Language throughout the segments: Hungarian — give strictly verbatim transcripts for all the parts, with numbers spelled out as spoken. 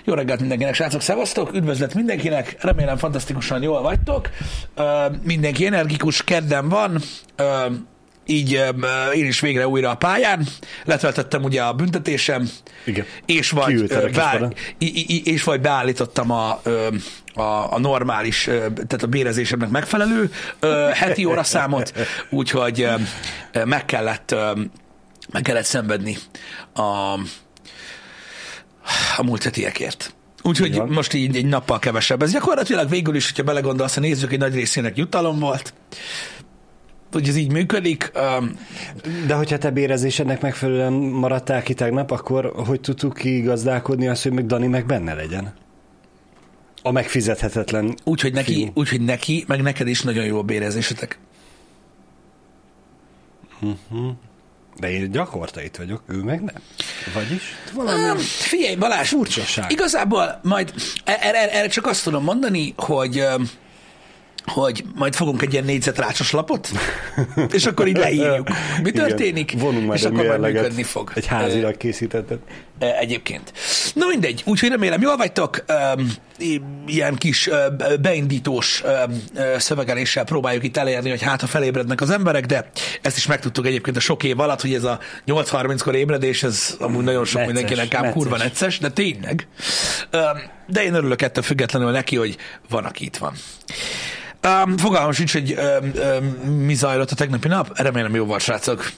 Jó reggelt mindenkinek, srácok, szevasztok, üdvözlet mindenkinek, remélem fantasztikusan jól vagytok. Mindenki energikus, kedden van, így én is végre újra a pályán, letöltöttem ugye a büntetésem, igen. És, vagy, beáll, és vagy beállítottam a, a, a normális, tehát a bérezésemnek megfelelő heti óraszámot, úgyhogy meg kellett, meg kellett szenvedni a, a múlt hetiekért. Úgyhogy igen. Most így egy nappal kevesebb. Ez gyakorlatilag végül is, hogyha belegondolsz, a nézők egy nagy részének jutalom volt, hogy ez így működik. De hogyha te bérezésednek megfelelően maradtál ki tegnap, akkor hogy tudtuk kigazdálkodni azt, hogy meg Dani meg benne legyen? A megfizethetetlen Úgyhogy neki, úgy, hogy neki, meg neked is nagyon jó a bérezésetek. Uh-huh. De én gyakorta itt vagyok, ő meg nem. Vagyis? Um, figyelj, Balázs, furcsaság. Igazából majd erre, erre csak azt tudom mondani, hogy hogy majd fogunk egy ilyen négyzetrácsos lapot, és akkor így leírjuk, mi történik, és akkor majd működni fog. Egy házilag készítettet. Egyébként. Na mindegy, úgyhogy remélem jól vagytok, ilyen kis beindítós szövegeléssel próbáljuk itt elérni, hogy hát ha felébrednek az emberek, de ezt is megtudtuk egyébként a sok év alatt, hogy ez a nyolc harminckor ébredés, ez amúgy nagyon sok necces, mindenkinek ám kurva necces, de tényleg. De én örülök ettől függetlenül neki, hogy van, aki itt van. Um, fogalmam sincs, hogy um, um, mi zajlott a tegnapi nap. Remélem jó volt, srácok.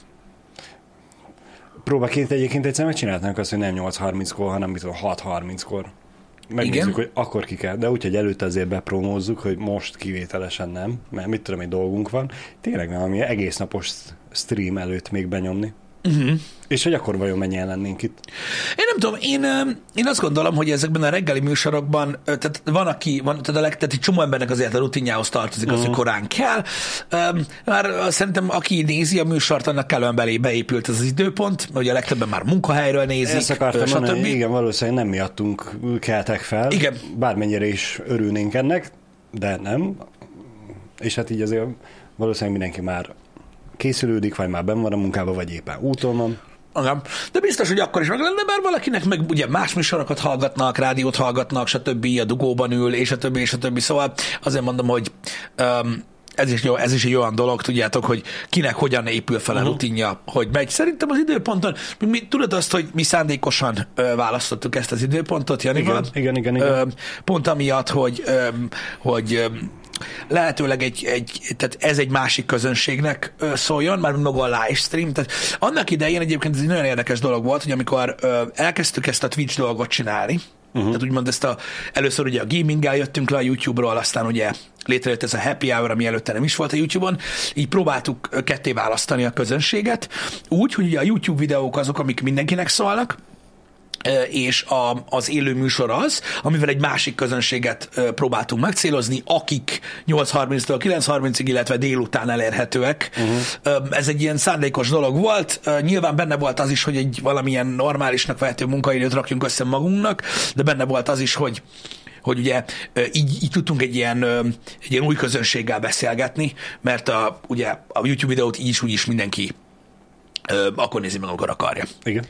Próbaként egyébként egyszer megcsinálták azt, hogy nem nyolc harminckor, hanem mit tudom, hat harminckor. Megnézzük, hogy akkor ki kell. De úgy, hogy előtte azért bepromózzuk, hogy most kivételesen nem, mert mit tudom, egy dolgunk van. Tényleg nem, ami egész napos stream előtt még benyomni. Uh-huh. És hogy akkor vajon mennyien lennénk itt? Én nem tudom, én, én azt gondolom, hogy ezekben a reggeli műsorokban, tehát van, aki, van, tehát, a leg, tehát egy csomó embernek azért a rutinjához tartozik az, uh-huh. hogy korán kell. Már szerintem, aki nézi a műsort, annak kellően belé beépült ez az időpont, hogy a legtöbben már munkahelyről nézik. Ezt akartam mondani, igen, valószínűleg nem miattunk keltek fel. Igen. Bármennyire is örülnénk ennek, de nem. És hát így azért valószínűleg mindenki már készülődik, vagy már benn van a munkában, vagy éppen úton van. Agam. De biztos, hogy akkor is meg lenne, bár valakinek meg ugye más műsorokat hallgatnak, rádiót hallgatnak, stb. A dugóban ül, és a többi, és a többi. Szóval azért mondom, hogy um, ez, is jó, ez is egy olyan dolog, tudjátok, hogy kinek hogyan épül fel a uh-huh. rutinja, hogy megy. Szerintem az időponton, mi, tudod azt, hogy mi szándékosan ö, választottuk ezt az időpontot, Janival? Igen, igen, igen. igen. Ö, pont amiatt, hogy, ö, hogy ö, lehetőleg egy, egy, tehát ez egy másik közönségnek szóljon, már maga a livestream. Tehát annak idején egyébként ez egy nagyon érdekes dolog volt, hogy amikor ö, elkezdtük ezt a Twitch dolgot csinálni, uh-huh. tehát úgymond ezt a, először ugye a gaminggel jöttünk le a YouTube-ról, aztán ugye létrejött ez a happy hour, ami előtte nem is volt a YouTube-on, így próbáltuk ketté választani a közönséget, úgy, hogy ugye a YouTube videók azok, amik mindenkinek szólnak, és a, az élő műsor az, amivel egy másik közönséget próbáltunk megcélozni, akik nyolc harminctól kilenc harmincig, illetve délután elérhetőek. Uh-huh. Ez egy ilyen szándékos dolog volt. Nyilván benne volt az is, hogy egy valamilyen normálisnak vehető munkaidőt rakjunk össze magunknak, de benne volt az is, hogy hogy ugye így, így tudtunk egy ilyen, egy ilyen új közönséggel beszélgetni, mert a, ugye a YouTube videót így is úgy is mindenki akkor nézi meg, amikor akarja. Igen.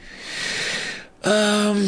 Um,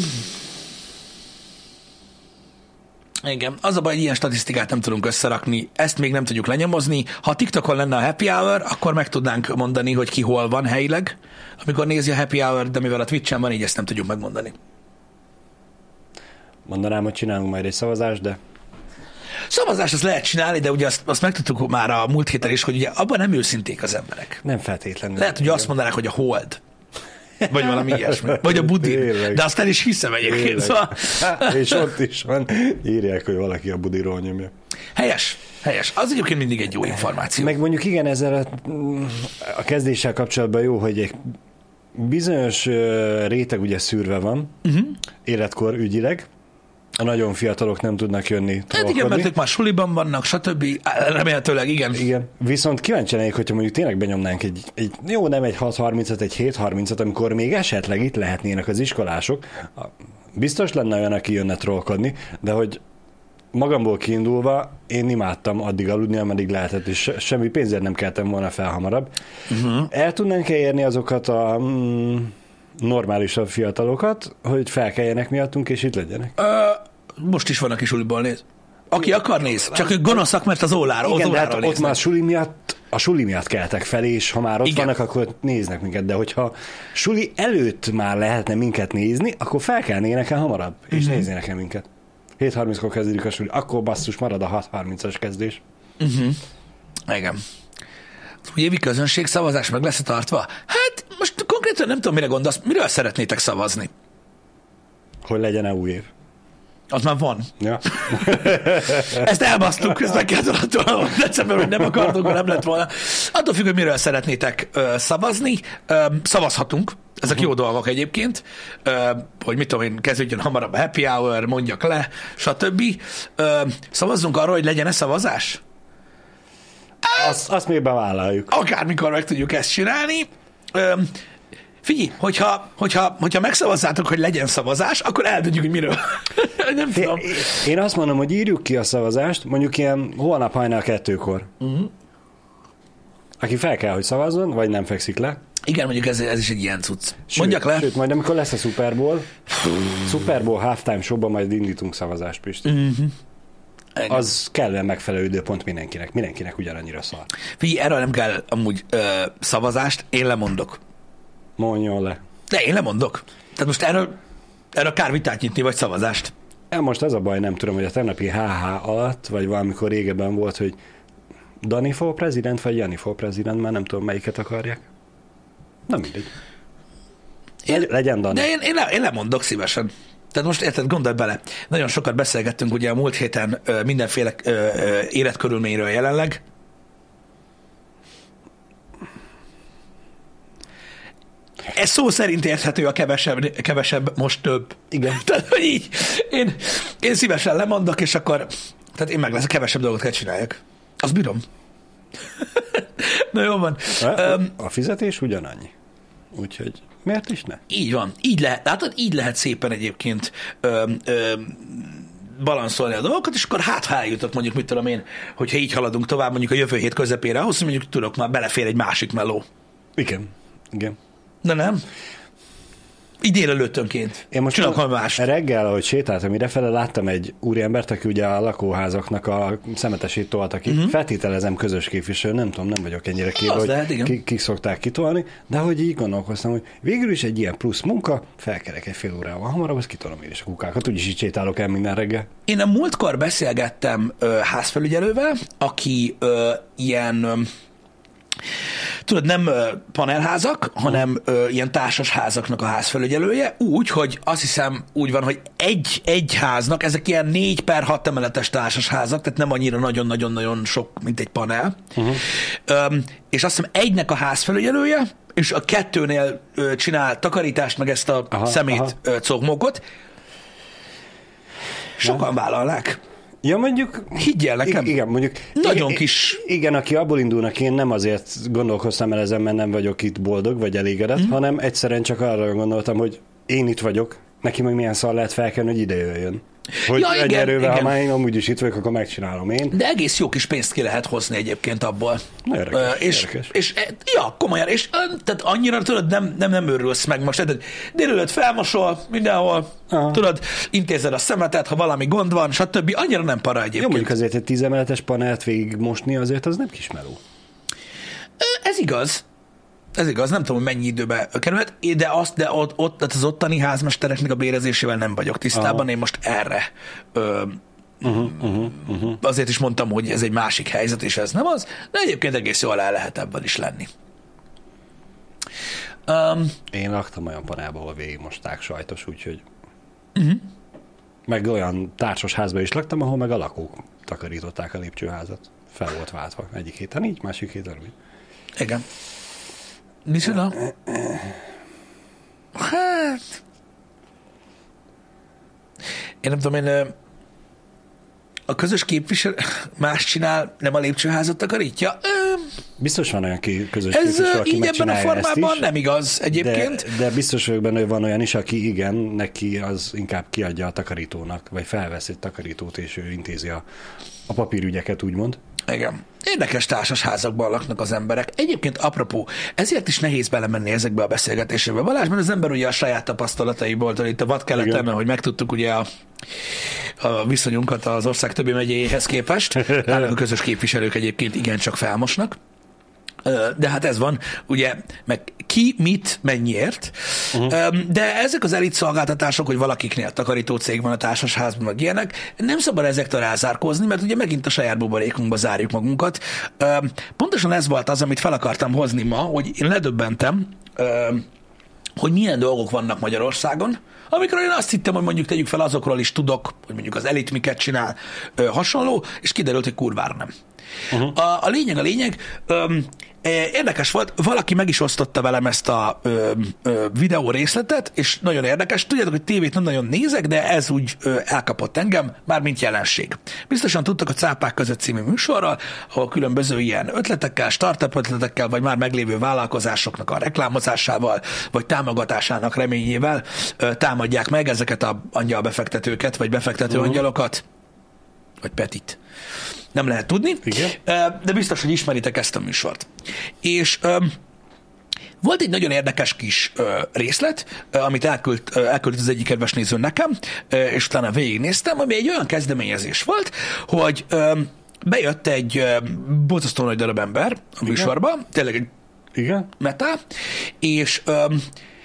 igen, az a baj, hogy ilyen statisztikát nem tudunk összerakni, ezt még nem tudjuk lenyomozni. Ha TikTokon lenne a happy hour, akkor meg tudnánk mondani, hogy ki hol van helyileg, amikor nézi a happy hour, de mivel a Twitch-en van, így ezt nem tudjuk megmondani. Mondanám, hogy csinálunk majd egy szavazást, de... Szavazást azt lehet csinálni, de ugye azt, azt megtudtuk már a múlt héten is, hogy ugye abban nem őszinték az emberek. Nem feltétlenül. Lehet, hogy azt mondanák, hogy a hold. Vagy valami ilyesmi. Vagy a budin. De azt el is hiszem egyébként. Szóval... És ott is van. Írják, hogy valaki a budiról nyomja. Helyes. Helyes. Az egyébként mindig egy jó információ. Meg mondjuk igen, ezzel a, a kezdéssel kapcsolatban jó, hogy egy bizonyos réteg ugye szűrve van, uh-huh. életkor ügyileg. A nagyon fiatalok nem tudnak jönni trollkodni. Hát igen, mert ők már suliban vannak, stb. Remélhetőleg, igen. Igen. Viszont kíváncsi lennék, hogyha mondjuk tényleg benyomnánk egy, egy jó, nem egy hat harmincat, egy hét harmincat, amikor még esetleg itt lehetnének az iskolások. Biztos lenne olyan, aki jönne trollkodni, de hogy magamból kiindulva én imádtam addig aludni, ameddig lehetett, és semmi pénzért nem keltem volna fel hamarabb. Uh-huh. El tudnánk érni azokat a... Mm, normálisabb fiatalokat, hogy felkeljenek miattunk, és itt legyenek? Ö, Most is van, aki suliból néz. Aki akar, néz. Csak ők gonoszak, mert az ólára, igen, az de hát óláról ott már a suli miatt, a suli miatt keltek fel, és ha már ott igen. vannak, akkor néznek minket. De hogyha suli előtt már lehetne minket nézni, akkor felkelnének el hamarabb, és uh-huh. néznének el minket. hét harminckor kezdődik a suli, akkor basszus marad a hat harmincas kezdés. Uh-huh. Igen. Új évi közönségszavazás meg lesz tartva? Hát most konkrétan nem tudom, mire gondolsz. Miről szeretnétek szavazni? Hogy legyen-e új év? Az már van. Ja. Ezt elbasztuk, ezt meg kellett volna decemberben, hogy nem akartunk, nem lett volna. Attól függ, hogy miről szeretnétek ö, szavazni. Ö, szavazhatunk. Ezek uh-huh. jó dolgok egyébként. Ö, hogy mit tudom én, kezdődjön hamarabb a happy hour, mondjak le, stb. Ö, szavazzunk arról, hogy legyen-e szavazás? Azt, azt még bevállaljuk. Akármikor meg tudjuk ezt csinálni. Ö, Figyelj, hogyha, hogyha, hogyha megszavazzátok, hogy legyen szavazás, akkor eldöntjük, hogy miről. Nem tudom. Én, én azt mondom, hogy írjuk ki a szavazást, mondjuk ilyen holnap hajnal kettőkor. Uh-huh. Aki fel kell, hogy szavazzon, vagy nem fekszik le. Igen, mondjuk ez, ez is egy ilyen cucc. Sőt, Mondjak le. Sőt, majd amikor lesz a Super Bowl, Super Bowl halftime showban majd indítunk szavazást, Pisti. Uh-huh. Az kellően megfelelő időpont mindenkinek. Mindenkinek ugyanannyira szar. Figyelj, erről nem kell amúgy ö, szavazást, én lemondok. Mondjon le. De én lemondok. Tehát most erről, erről kár vitát nyitni, vagy szavazást. Most az a baj, nem tudom, hogy a tegnapi há há alatt, vagy valamikor régebben volt, hogy Dani for president, vagy Jani for president, már nem tudom, melyiket akarják. Nem mindegy. Én, Legyen Dani. De én, én, le, én lemondok szívesen. Tehát most érted, gondolj bele. Nagyon sokat beszélgettünk ugye a múlt héten ö, mindenféle ö, ö, életkörülményről jelenleg. Ez szó szerint érthető, a kevesebb, kevesebb most több. Igen. Tehát, hogy így, én, én szívesen lemondok, és akkor, tehát én meg lesz, a kevesebb dolgot kell csináljak. Azt bírom. Na jó van. A, um, a fizetés ugyanannyi. Úgyhogy miért is ne? Így van. Így lehet, látod, így lehet szépen egyébként öm, öm, balanszolni a dolgokat, és akkor hát, ha eljutok mondjuk, mit tudom én, hogyha így haladunk tovább mondjuk a jövő hét közepére, ahhoz mondjuk tudok, már belefér egy másik meló. Igen. Igen. De nem? Így délelőttönként. Én most csinálok valami más. Reggel, ahogy sétáltam idefele, láttam egy úriembert, aki ugye a lakóházaknak a szemetesét tolta ki. Uh-huh. Feltételezem közös képviselő, nem tudom, nem vagyok ennyire képbe, hogy lehet, ki, kik szokták kitolni, de hogy így gondolkoztam, hogy végül is egy ilyen plusz munka, felkerek egy fél órával hamarabb, azt kitolom én is a kukákat, úgyis így sétálok el minden reggel. Én a múltkor beszélgettem ö, házfelügyelővel, aki ö, ilyen... Ö, tudod, nem panelházak, hanem ö, ilyen társas házaknak a házfelügyelője, úgy, hogy azt hiszem úgy van, hogy egy, egy háznak, ezek ilyen négy per hat emeletes társas házak, tehát nem annyira nagyon-nagyon-nagyon sok, mint egy panel. Uh-huh. Ö, és azt hiszem egynek a házfelügyelője, és a kettőnél ö, csinál takarítást, meg ezt a aha, szemét aha. cogmókot. Sokan ja. vállalnák. Ja, mondjuk... Higgyel nekem. Igen, mondjuk... Nagyon igen, kis... Igen, aki abból indulnak, én nem azért gondolkoztam el ezen, mert nem vagyok itt boldog, vagy elégedett, mm. hanem egyszerűen csak arra gondoltam, hogy én itt vagyok, neki meg milyen szar lehet felkelni, hogy ide jöjjön. Hogy ja, egy erővel, igen. Ha már én amúgy is itt vagyok, akkor megcsinálom én. De egész jó kis pénzt ki lehet hozni egyébként abból. Na, érdekes, uh, és, érdekes. és, ja, komolyan, és tehát annyira, tudod, nem, nem, nem őrülsz meg most. Tehát délelőtt felmosol mindenhol, aha. tudod, intézed a szemetet, ha valami gond van, stb. Annyira nem para egyébként. Jó, mondjuk azért egy tízemeletes panelt végig mosni, azért az nem kis meló. Ez igaz. Ez igaz, nem tudom, hogy mennyi időbe került, de, azt, de ott, ott, az ottani házmestereknek a bérezésével nem vagyok tisztában, aha. Én most erre ö, uh-huh, uh-huh, uh-huh. azért is mondtam, hogy ez egy másik helyzet, és ez nem az, de egyébként egész jól el lehet ebben is lenni. Um, Én laktam olyan panelba, ahol végigmosták sajtos, úgyhogy uh-huh. meg olyan társas házban is laktam, ahol meg a lakók takarították a lépcsőházat. Fel volt váltva. Egyik héten így, másik héten úgy. Igen. Micsoda? Hát... Én nem tudom, én a közös képviselő más csinál, nem a lépcsőházat takarítja? Biztos van olyan ki közös ez képviselő, aki így ebben a formában nem igaz egyébként. De, de biztos vagyok benne, hogy van olyan is, aki igen, neki az inkább kiadja a takarítónak, vagy felvesz egy takarítót, és ő intézi a, a papírügyeket, úgymond. Igen. Érdekes társasházakban laknak az emberek. Egyébként apropó, ezért is nehéz belemenni ezekbe a beszélgetésekbe. Balázs, mert az ember ugye a saját tapasztalataiból, itt a vadkeleten, hogy megtudtuk ugye a, a viszonyunkat az ország többi megyéhez képest. A közös képviselők egyébként igencsak felmosnak. De hát ez van, ugye, meg ki, mit, mennyiért. Uh-huh. De ezek az elit szolgáltatások, hogy valakiknél takarító cég van a társasházban, meg ilyenek, nem szabad ezektől rázárkózni, mert ugye megint a saját buborékunkba zárjuk magunkat. Pontosan ez volt az, amit fel akartam hozni ma, hogy én ledöbbentem, hogy milyen dolgok vannak Magyarországon, amikor én azt hittem, hogy mondjuk tegyük fel azokról is tudok, hogy mondjuk az elit miket csinál hasonló, és kiderült, hogy kurvára nem. Uh-huh. A, a lényeg, a lényeg, öm, érdekes volt, valaki meg is osztotta velem ezt a ö, ö, videó részletet, és nagyon érdekes. Tudjátok, hogy tévét nem nagyon nézek, de ez úgy ö, elkapott engem, mármint jelenség. Biztosan tudtak a Cápák között című műsorral, ahol különböző ilyen ötletekkel, startup ötletekkel, vagy már meglévő vállalkozásoknak a reklámozásával, vagy támogatásának reményével ö, támadják meg ezeket a angyalbefektetőket, vagy befektető uh-huh. angyalokat, vagy Petit. Nem lehet tudni, igen. De biztos, hogy ismeritek ezt a műsort. És um, volt egy nagyon érdekes kis uh, részlet, uh, amit elküldt, uh, elküldt az egyik kedves néző nekem, uh, és utána végignéztem, ami egy olyan kezdeményezés volt, hogy um, bejött egy uh, borzasztó nagy darab ember a igen. műsorba, tényleg egy igen. meta, és um,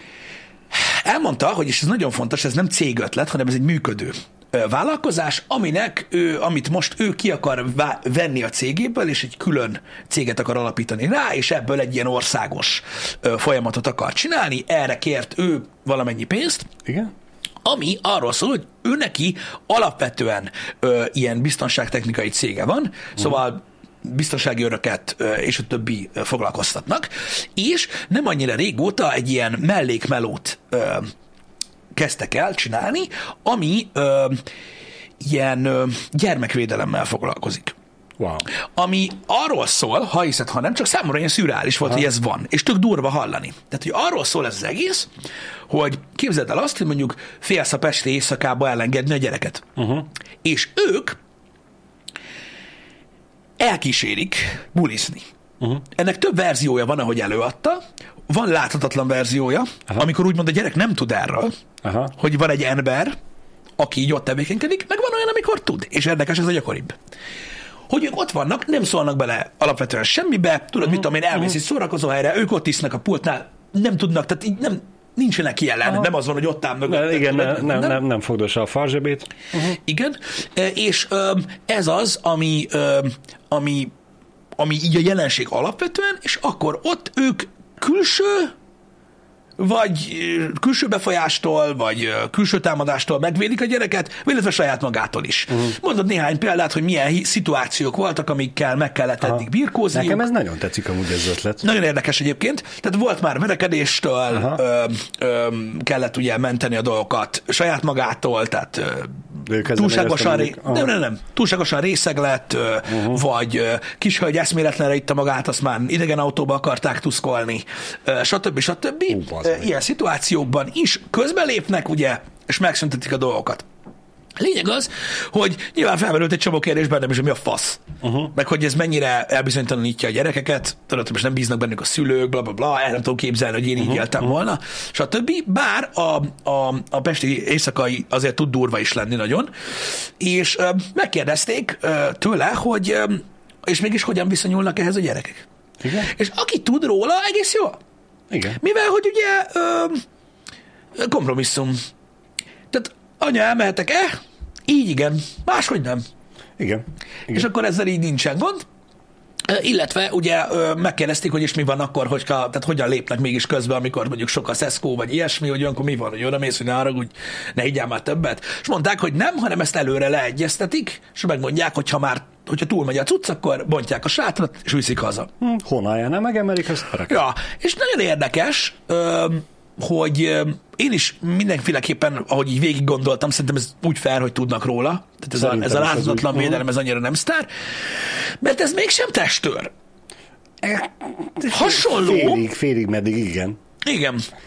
elmondta, hogy, és ez nagyon fontos, ez nem cégötlet, hanem ez egy működő vállalkozás, aminek ő, amit most ő ki akar vá- venni a cégéből, és egy külön céget akar alapítani rá, és ebből egy ilyen országos ö, folyamatot akar csinálni. Erre kért ő valamennyi pénzt. Igen. Ami arról szól, hogy ő neki alapvetően ö, ilyen biztonságtechnikai cége van, szóval biztonsági öröket ö, és a többi ö, foglalkoztatnak, és nem annyira régóta egy ilyen mellékmelót ö, kezdtek el csinálni, ami ö, ilyen ö, gyermekvédelemmel foglalkozik. Wow. Ami arról szól, ha hiszed, ha nem, csak számomra ilyen szürreális volt, aha. hogy ez van, és tök durva hallani. Tehát, hogy arról szól ez az egész, hogy képzeld el azt, hogy mondjuk félsz a pesti éjszakába elengedni a gyereket. Uh-huh. És ők elkísérik bulizni. Uh-huh. Ennek több verziója van, ahogy előadta. Van láthatatlan verziója, aha. amikor úgymond a gyerek nem tud erről, aha. hogy van egy ember, aki így ott tevékenykedik, meg van olyan, amikor tud. És érdekes, ez a gyakoribb. Hogy ők ott vannak, nem szólnak bele alapvetően semmibe, tudod, uh-huh. mit tudom én, elmész egy szórakozó helyre, ők ott isznek a pultnál, nem tudnak, tehát így nem, nincsenek jelen, aha. nem az van, hogy ott áll mögött. Igen, nem, nem, nem, nem, nem fogdossa a farzsebét. Uh-huh. Igen, és ez az, ami, ami, ami így a jelenség alapvetően, és akkor ott ők külső, vagy külső befolyástól, vagy külső támadástól megvédik a gyereket, illetve saját magától is. Uh-huh. Mondod néhány példát, hogy milyen szituációk voltak, amikkel meg kellett eddig birkózniuk. Nekem ez nagyon tetszik amúgy ez ötlet. Nagyon érdekes egyébként. Tehát volt már verekedéstől, ö, ö, kellett ugye menteni a dolgokat saját magától, tehát ö, túlságosan, ré... nem, nem, nem, túlságosan részeg lett, ö, uh-huh. vagy ö, kishölgy eszméletlenre itta magát, azt már idegen autóba akarták tuszkolni, ö, stb. stb. Uh, Ilyen szituációkban is közbelépnek, ugye, és megszüntetik a dolgokat. Lényeg az, hogy nyilván felmerült egy csomó kérdés bennem is, hogy mi a fasz. Uh-huh. Meg hogy ez mennyire elbizonytalanítja a gyerekeket, tudod, hogy most nem bíznak bennük a szülők, bla bla bla, el nem tudom képzelni, hogy én így uh-huh. éltem volna, stb. Bár a, a, a pesti éjszakai azért tud durva is lenni nagyon, és uh, megkérdezték uh, tőle, hogy uh, és mégis hogyan viszonyulnak ehhez a gyerekek. Igen? És aki tud róla, egész jó. Igen. Mivel, hogy ugye ö, kompromisszum. Tehát anya, elmehetek-e? Így igen, máshogy nem. Igen. Igen. És akkor ezzel így nincsen gond. Illetve ugye megkérdezték, hogy és mi van akkor, hogy tehát hogyan lépnek mégis közben, amikor mondjuk sok a szeszkó, vagy ilyesmi, hogy olyankor mi van, hogy oda mész, hogy ne haragudj, ne higgyál már többet. És mondták, hogy nem, hanem ezt előre leegyeztetik, és megmondják, hogy ha már hogyha túlmegy a cucc, akkor bontják a sátrat, és viszik haza. Hm, honnan megemelik, azt harag. Ja, és nagyon érdekes, hogy én is mindenféleképpen, ahogy így végig gondoltam, szerintem ez úgy fair, hogy tudnak róla. Tehát ez a, ez a láthatatlan védelem, ez annyira nem sztár. Mert ez mégsem testőr. Hasonló. Félig, félig meddig, igen. Igen.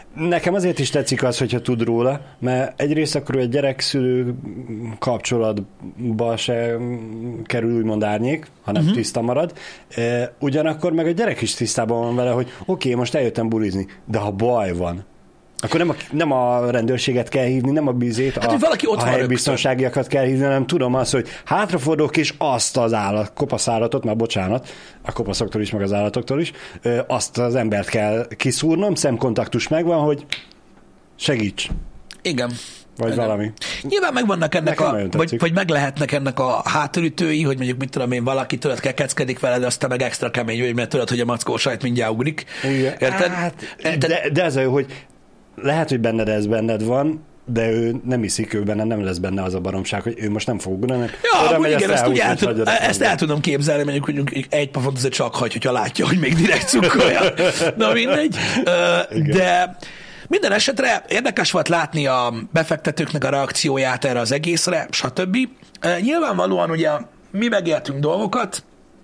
Nekem azért is tetszik az, hogyha tud róla, mert egyrészt akkor egy gyerek-szülő kapcsolatba se kerül úgymond árnyék, hanem uh-huh. tiszta marad. Ugyanakkor meg a gyerek is tisztában van vele, hogy oké, okay, most eljöttem bulizni, de ha baj van, akkor nem a, nem a rendőrséget kell hívni, nem a bizét, hát, a, a helybiztonságiakat kell hívni, hanem tudom azt, hogy hátrafordulok, és azt az állat, kopasz állatot, már bocsánat, a kopaszoktól is, meg az állatoktól is, azt az embert kell kiszúrnom, szemkontaktus megvan, hogy segíts. Igen. Vagy igen. Valami. Nyilván megvannak ennek Nekem a, vagy, vagy meg lehetnek ennek a hátulütői, hogy mondjuk mit tudom én, valaki tudod, kekeckedik veled, aztán meg extra kemény vagy, mert tudod, hogy a mackó sajt mindjárt ugrik. Igen. Érted? Hát, de, de ez a jó, hogy lehet, hogy benned ez benned van, de ő nem hiszik, ő benne nem lesz benne az a baromság, hogy ő most nem fog ugrani. Ja, amúgy igen, ezt, úgy el, tud, ezt el tudom képzelni, mondjuk, hogy egy pofont azért csak hagy, hogyha látja, hogy még direkt cukkolja. Na mindegy. De minden esetre érdekes volt látni a befektetőknek a reakcióját erre az egészre, stb. Nyilvánvalóan ugye mi megéltünk dolgokat.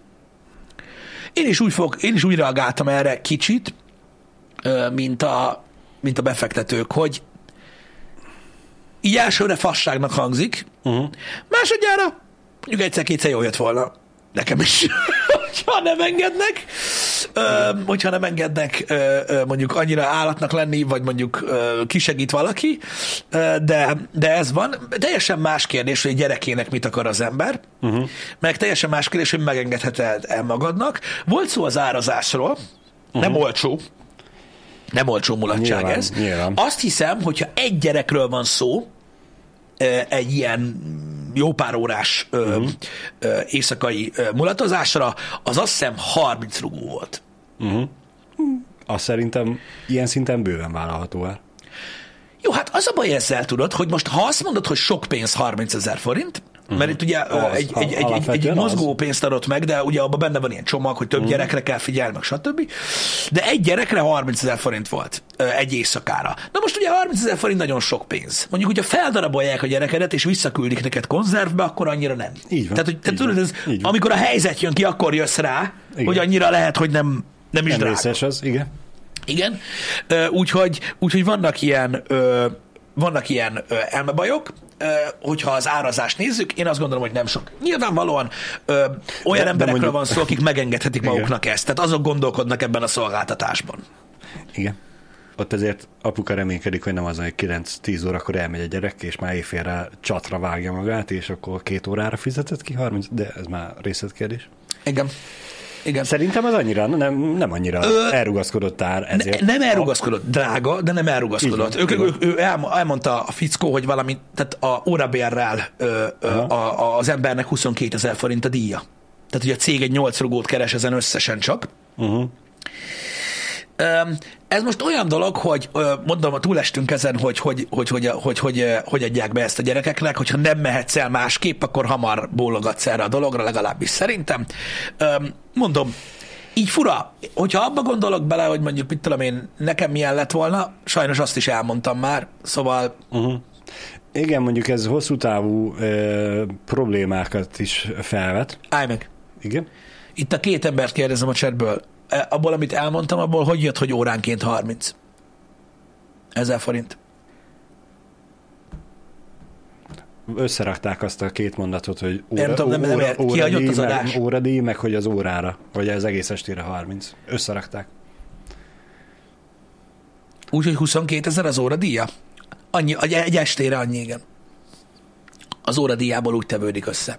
Én is úgy, fog, én is úgy reagáltam erre kicsit, mint a mint a befektetők, hogy így elsőre fasságnak hangzik, uh-huh. másodjára mondjuk egyszer-kétszer jól jött volna. Nekem is, hogyha nem engednek, ö, hogyha nem engednek ö, ö, mondjuk annyira állatnak lenni, vagy mondjuk ö, kisegít valaki, ö, de, de ez van. Teljesen más kérdés, hogy egy gyerekének mit akar az ember, uh-huh. meg teljesen más kérdés, hogy megengedheted el magadnak. Volt szó az árazásról, uh-huh. nem olcsó, Nem olcsó mulatság nyilván, ez. Nyilván. Azt hiszem, hogyha egy gyerekről van szó, egy ilyen jó pár órás uh-huh. éjszakai mulatozásra, az azt hiszem harminc rugó volt. Uh-huh. Azt szerintem ilyen szinten bőven vállalható el. Jó, hát az a baj ezzel tudod, hogy most ha azt mondod, hogy sok pénz harmincezer forint, Uh-huh. Mert itt ugye az, egy, egy, egy, egy, egy mozgó pénzt adott meg, de ugye abban benne van ilyen csomag, hogy több uh-huh. gyerekre kell figyelni, meg stb. De egy gyerekre harmincezer forint volt egy éjszakára. Na most ugye harmincezer forint nagyon sok pénz. Mondjuk, hogyha feldarabolják a gyerekedet, és visszaküldik neked konzervbe, akkor annyira nem. Így van. Tehát, hogy, tehát így tudod, ez, van. amikor a helyzet jön ki, akkor jössz rá, igen. hogy annyira lehet, hogy nem, nem is nem drága. Részes az, igen. Igen. Úgyhogy, úgyhogy vannak ilyen... Ö, Vannak ilyen ö, elmebajok, ö, hogyha az árazást nézzük, én azt gondolom, hogy nem sok. Nyilvánvalóan ö, olyan de, emberekről de mondjuk... van szó, akik megengedhetik maguknak ezt, tehát azok gondolkodnak ebben a szolgáltatásban. Igen. Ott azért apuka reménykedik, hogy nem az, hogy kilenc-tíz órakor elmegy a gyerek, és már éjfélre csatra vágja magát, és akkor két órára fizetett ki harminc, de ez már részletkérdés. Igen. Igen. Szerintem az annyira, nem, nem annyira Ö, elrugaszkodott ár ezért. Ne, nem elrugaszkodott, drága, de nem elrugaszkodott. Ő, ő, ő elmondta a fickó, hogy valami, tehát a órabérrel ö, ö, a, az embernek huszonkétezer forint a díja. Tehát, hogy a cég egy nyolc rugót keres ezen összesen csak. Uh-huh. Ez most olyan dolog, hogy mondom, túlestünk ezen, hogy hogy, hogy, hogy, hogy, hogy, hogy adják be ezt a gyerekeknek, hogyha nem mehetsz el másképp, akkor hamar bólogatsz erre a dologra, legalábbis szerintem. Mondom, így fura, hogyha abba gondolok bele, hogy mondjuk, mit tudom én, nekem milyen lett volna, sajnos azt is elmondtam már, szóval... Uh-huh. Igen, mondjuk ez hosszú távú ö, problémákat is felvet. Állj meg. Igen? Itt a két embert kérdezem a chatből. Abból, amit elmondtam, abból hogy jött, hogy óránként harminc ezer forint? Összerakták azt a két mondatot, hogy óra, nem tudom, nem, óra, nem, kihagyott az adás. Meg, óradíj, meg hogy az órára, vagy az egész estére harminc. Összerakták. Úgyhogy huszonkétezer az óradíja? Annyi, egy estére annyi, igen. Az óradíjából úgy tevődik össze.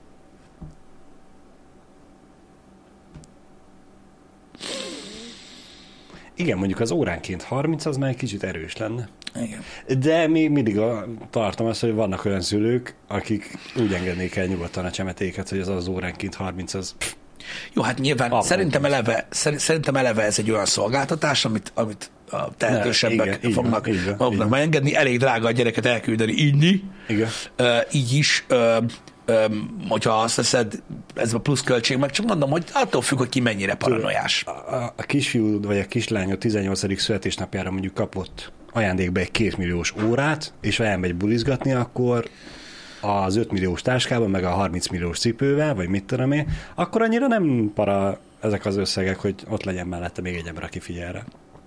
Igen, mondjuk az óránként harminc, az már egy kicsit erős lenne. Igen. De még mindig a, tartom azt, hogy vannak olyan szülők, akik úgy engednék el nyugodtan a csemetéket, hogy az az óránként harminc, az... Pff, jó, hát nyilván szerintem eleve, szerintem eleve ez egy olyan szolgáltatás, amit, amit a tehetősebbek ne, fognak van, maguknak megengedni. Elég drága a gyereket elküldeni inni. Igen. Uh, így is... Uh, Öm, hogyha azt teszed, ez a pluszköltség, meg csak mondom, hogy attól függ, hogy ki mennyire paranoiás. A, a, a kisfiú vagy a kislány a tizennyolcadik születésnapjára mondjuk kapott ajándékba egy kétmilliós órát, és ha elmegy bulizgatni, akkor az ötmilliós táskában, meg a harmincmilliós cipővel, vagy mit tudom én, akkor annyira nem para ezek az összegek, hogy ott legyen mellette még egy ember, aki figyel rá.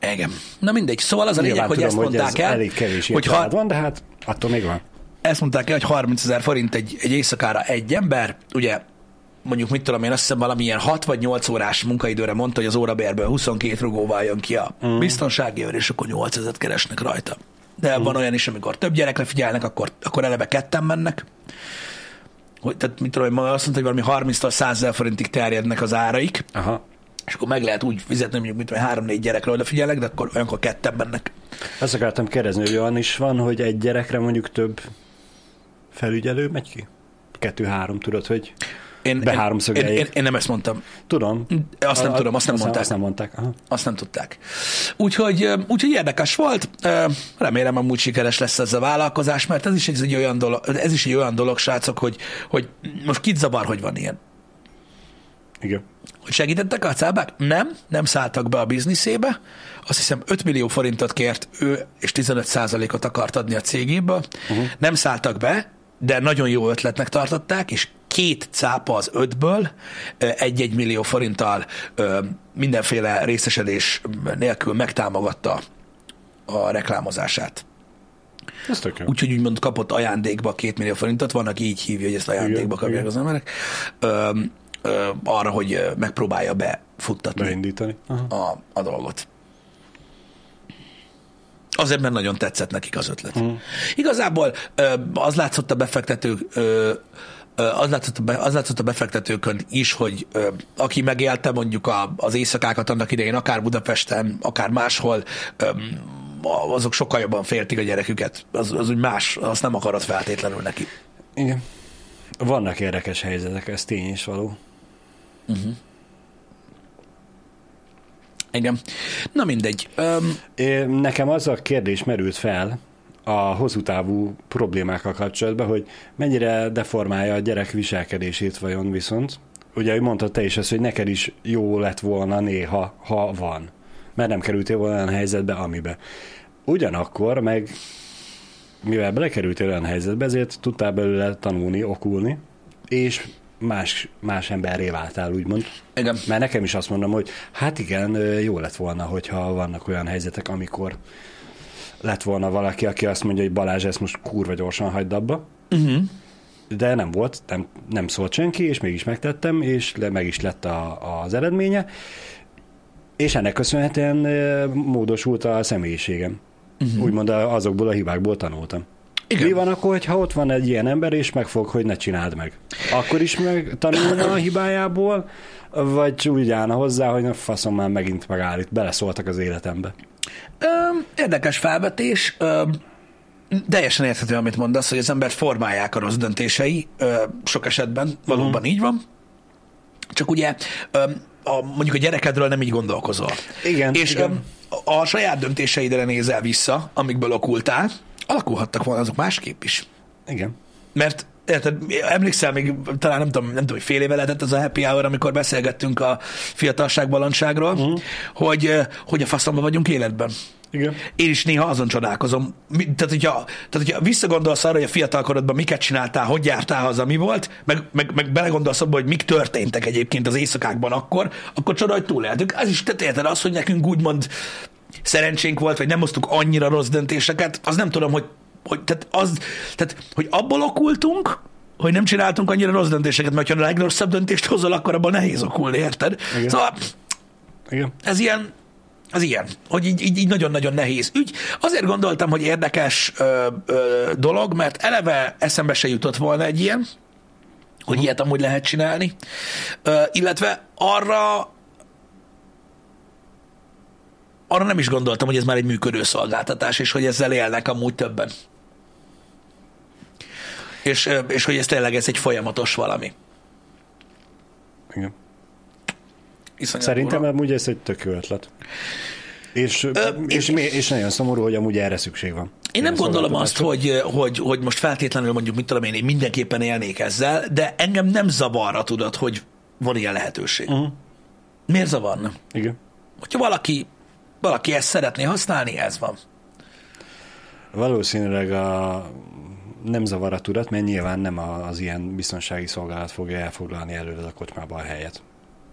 Igen. Na mindegy. Szóval az a lényeg, hogy tudom, ezt mondták hogy ez el, elég kevés hogy ilyen ha, van, de hát attól még van. ezt mondták el, hogy harmincezer forint egy, egy éjszakára egy ember, ugye mondjuk mit tudom én, azt hiszem valamilyen hat vagy nyolc órás munkaidőre mondta, hogy az órabérből huszonkét rugóval jön ki a mm. biztonsági őr, és akkor nyolcezret keresnek rajta. De mm. van olyan is, amikor több gyerekre figyelnek, akkor, akkor eleve ketten mennek. Hogy, tehát mit tudom én, azt mondta, hogy valami harminctól százezer forintig terjednek az áraik, Aha. és akkor meg lehet úgy fizetni, mondjuk mit tudom, három-négy gyerekre odafigyelnek, de akkor olyankor ketten mennek. Azt akartam kérdezni, hogy olyan is van, hogy egy gyerekre mondjuk több felügyelő megy ki? Kettő-három, tudod, hogy Én, be én, háromszögeljék. én, én, én nem ezt mondtam. Tudom. Azt nem a, tudom, azt nem azt mondták. Azt nem mondták. Aha. Azt nem tudták. Úgyhogy, úgyhogy érdekes volt. Remélem, amúgy sikeres lesz ez a vállalkozás, mert ez is egy olyan dolog, ez is egy olyan dolog, srácok, hogy, hogy most kit zavar, hogy van ilyen. Igen. Hogy segítettek a cábák? Nem, nem szálltak be a bizniszébe. Azt hiszem öt millió forintot kért ő, és tizenöt százalékot akart adni a cégéből. Uh-huh. Nem szálltak be, de nagyon jó ötletnek tartották, és két cápa az ötből egy-egy millió forinttal mindenféle részesedés nélkül megtámogatta a reklámozását. Ez tök jó. Úgyhogy úgymond kapott ajándékba két millió forintot, vannak így hívja, hogy ezt ajándékba kapják igen. az emberek, ö, ö, arra, hogy megpróbálja befuttatni Beindítani. a, a dolgot. Azért, mert nagyon tetszett nekik az ötlet. Mm. Igazából az látszott a befektetők, az látszott a, be, az látszott a befektetőkön is, hogy aki megélte mondjuk a, az éjszakákat annak idején, akár Budapesten, akár máshol, azok sokkal jobban féltik a gyereküket. Az, az úgy más, azt nem akarod feltétlenül neki. Igen. Vannak érdekes helyzetek, ez tény is való. Uh-huh. Igen. Na mindegy. Um, É, nekem az a kérdés merült fel a hosszú távú problémákkal kapcsolatban, hogy mennyire deformálja a gyerek viselkedését vajon viszont. Ugye mondtad te is ezt, hogy neked is jó lett volna néha, ha van. Mert nem kerültél volna olyan helyzetbe, amibe. Ugyanakkor meg, mivel belekerültél olyan helyzetbe, ezért tudtál belőle tanulni, okulni, és más, más emberré váltál, úgymond. Igen. Mert nekem is azt mondom, hogy hát igen, jó lett volna, hogyha vannak olyan helyzetek, amikor lett volna valaki, aki azt mondja, hogy Balázs, ezt most kurva gyorsan hagyd abba. Uh-huh. De nem volt, nem, nem szólt senki, és mégis megtettem, és le, meg is lett a, az eredménye. És ennek köszönhetően módosult a személyiségem. Uh-huh. Úgymond azokból a hibákból tanultam. Igen. Mi van akkor, hogyha ott van egy ilyen ember, és megfog, hogy ne csináld meg? Akkor is meg tanulna a hibájából, vagy úgy állna hozzá, hogy na faszom, már megint megállít, beleszóltak az életembe. Ö, érdekes felvetés. Ö, teljesen érthető, amit mondasz, hogy az embert formálják a rossz döntései. Ö, sok esetben valóban uh-huh. így van. Csak ugye ö, a, mondjuk a gyerekedről nem így gondolkozol. Igen. És igen. A, a saját döntéseidre nézel vissza, amikből okultál, alakulhattak volna azok másképp is. Igen. Mert érted, emlékszel még, talán nem tudom, nem tudom, hogy fél éve lehetett az a happy hour, amikor beszélgettünk a fiatalság balandságról, uh-huh. hogy, hogy a faszomban vagyunk életben. Igen. Én is néha azon csodálkozom. Tehát hogyha, tehát, hogyha visszagondolsz arra, hogy a fiatalkorodban miket csináltál, hogy jártál haza, mi volt, meg, meg, meg belegondolsz abba, hogy mik történtek egyébként az éjszakákban akkor, akkor csoda, hogy túléltük. Ez is, tehát érted, az, hogy nekünk úgymond szerencsénk volt, vagy nem hoztuk annyira rossz döntéseket, az nem tudom, hogy, hogy, tehát az, tehát, hogy abból okultunk, hogy nem csináltunk annyira rossz döntéseket, mert ha a legrosszabb döntést hozol, akkor abban nehéz okulni, érted? Igen. Szóval Igen. ez ilyen, az ilyen, hogy így, így, így nagyon-nagyon nehéz ügy. Azért gondoltam, hogy érdekes ö, ö, dolog, mert eleve eszembe se jutott volna egy ilyen, hogy uh-huh. ilyet amúgy lehet csinálni, ö, illetve arra arra nem is gondoltam, hogy ez már egy működő szolgáltatás, és hogy ezzel élnek amúgy többen. És, és hogy ez tényleg ez egy folyamatos valami. Igen. Iszonyat Szerintem úra. amúgy ez egy tök jó ötlet. És, Ö, és, én, és, és nagyon szomorú, hogy amúgy erre szükség van. Én nem gondolom azt, hogy, hogy, hogy most feltétlenül mondjuk, mit tudom én, én mindenképpen élnék ezzel, de engem nem zavarra, tudod, hogy van ilyen lehetőség. Uh-huh. Miért zavarna? Igen. Hogyha valaki, valaki ezt szeretné használni, ez van. Valószínűleg a nem zavar a tudat, mert nyilván nem az ilyen biztonsági szolgálat fogja elfoglalni előre a kocsmában a helyet.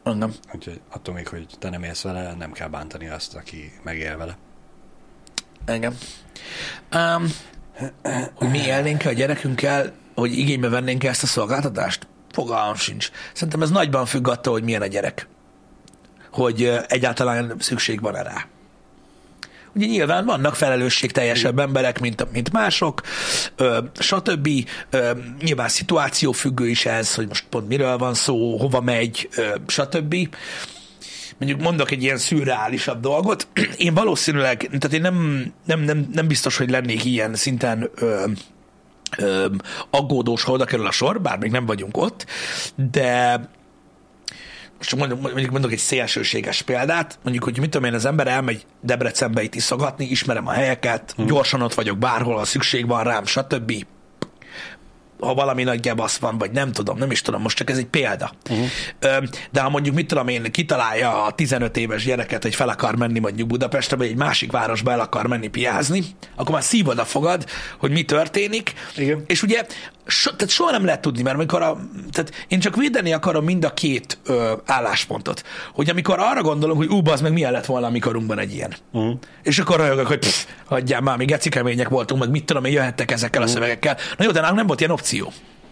Engem. Úgyhogy attól még, hogy te nem élsz vele, nem kell bántani azt, aki megél vele. Engem. Um, hogy mi élnénk a gyerekünkkel, hogy igénybe vennénk ezt a szolgáltatást? Fogalmam sincs. Szerintem ez nagyban függ attól, hogy milyen a gyerek. Hogy uh, egyáltalán szükség van rá. Ugye nyilván vannak felelősségteljesebb emberek, mint, mint mások, ö, stb. Ö, nyilván szituációfüggő is ez, hogy most pont miről van szó, hova megy, ö, stb. Mondjuk mondok egy ilyen szürreálisabb dolgot. Én valószínűleg, tehát én nem, nem, nem, nem biztos, hogy lennék ilyen szinten ö, ö, aggódós, ha oda kerül a sor, bár még nem vagyunk ott, de most mondjuk, mondjuk mondok egy szélsőséges példát, mondjuk, hogy mit tudom én, az ember elmegy Debrecenbe itt iszogatni, ismerem a helyeket, hmm. gyorsan ott vagyok bárhol, ha szükség van rám, stb. Ha valami nagy gebasz van, vagy nem tudom, nem is tudom, most csak ez egy példa. Uh-huh. De ha mondjuk, mit tudom én, kitalálja a tizenöt éves gyereket, hogy fel akar menni mondjuk Budapestre, vagy egy másik városba el akar menni piázni, akkor már szívod a fogad, hogy mi történik. Igen. És ugye so, tehát soha nem lehet tudni, mert amikor a, tehát én csak védeni akarom mind a két ö, álláspontot. Hogy amikor arra gondolom, hogy ú, bazd meg, milyen lett volna a mikorunkban egy ilyen. Uh-huh. És akkor rajogok, hogy pff, hagyjál már, mi gecikemények voltunk, meg mit tudom én, jöhettek ezekkel uh-huh. a szövegekkel. Na jó, de nálunk nem volt ilyen opció.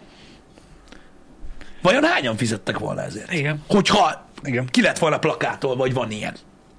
Vajon hányan fizettek volna ezért? Igen. Hogyha Igen. ki lett volna plakától, vagy van ilyen.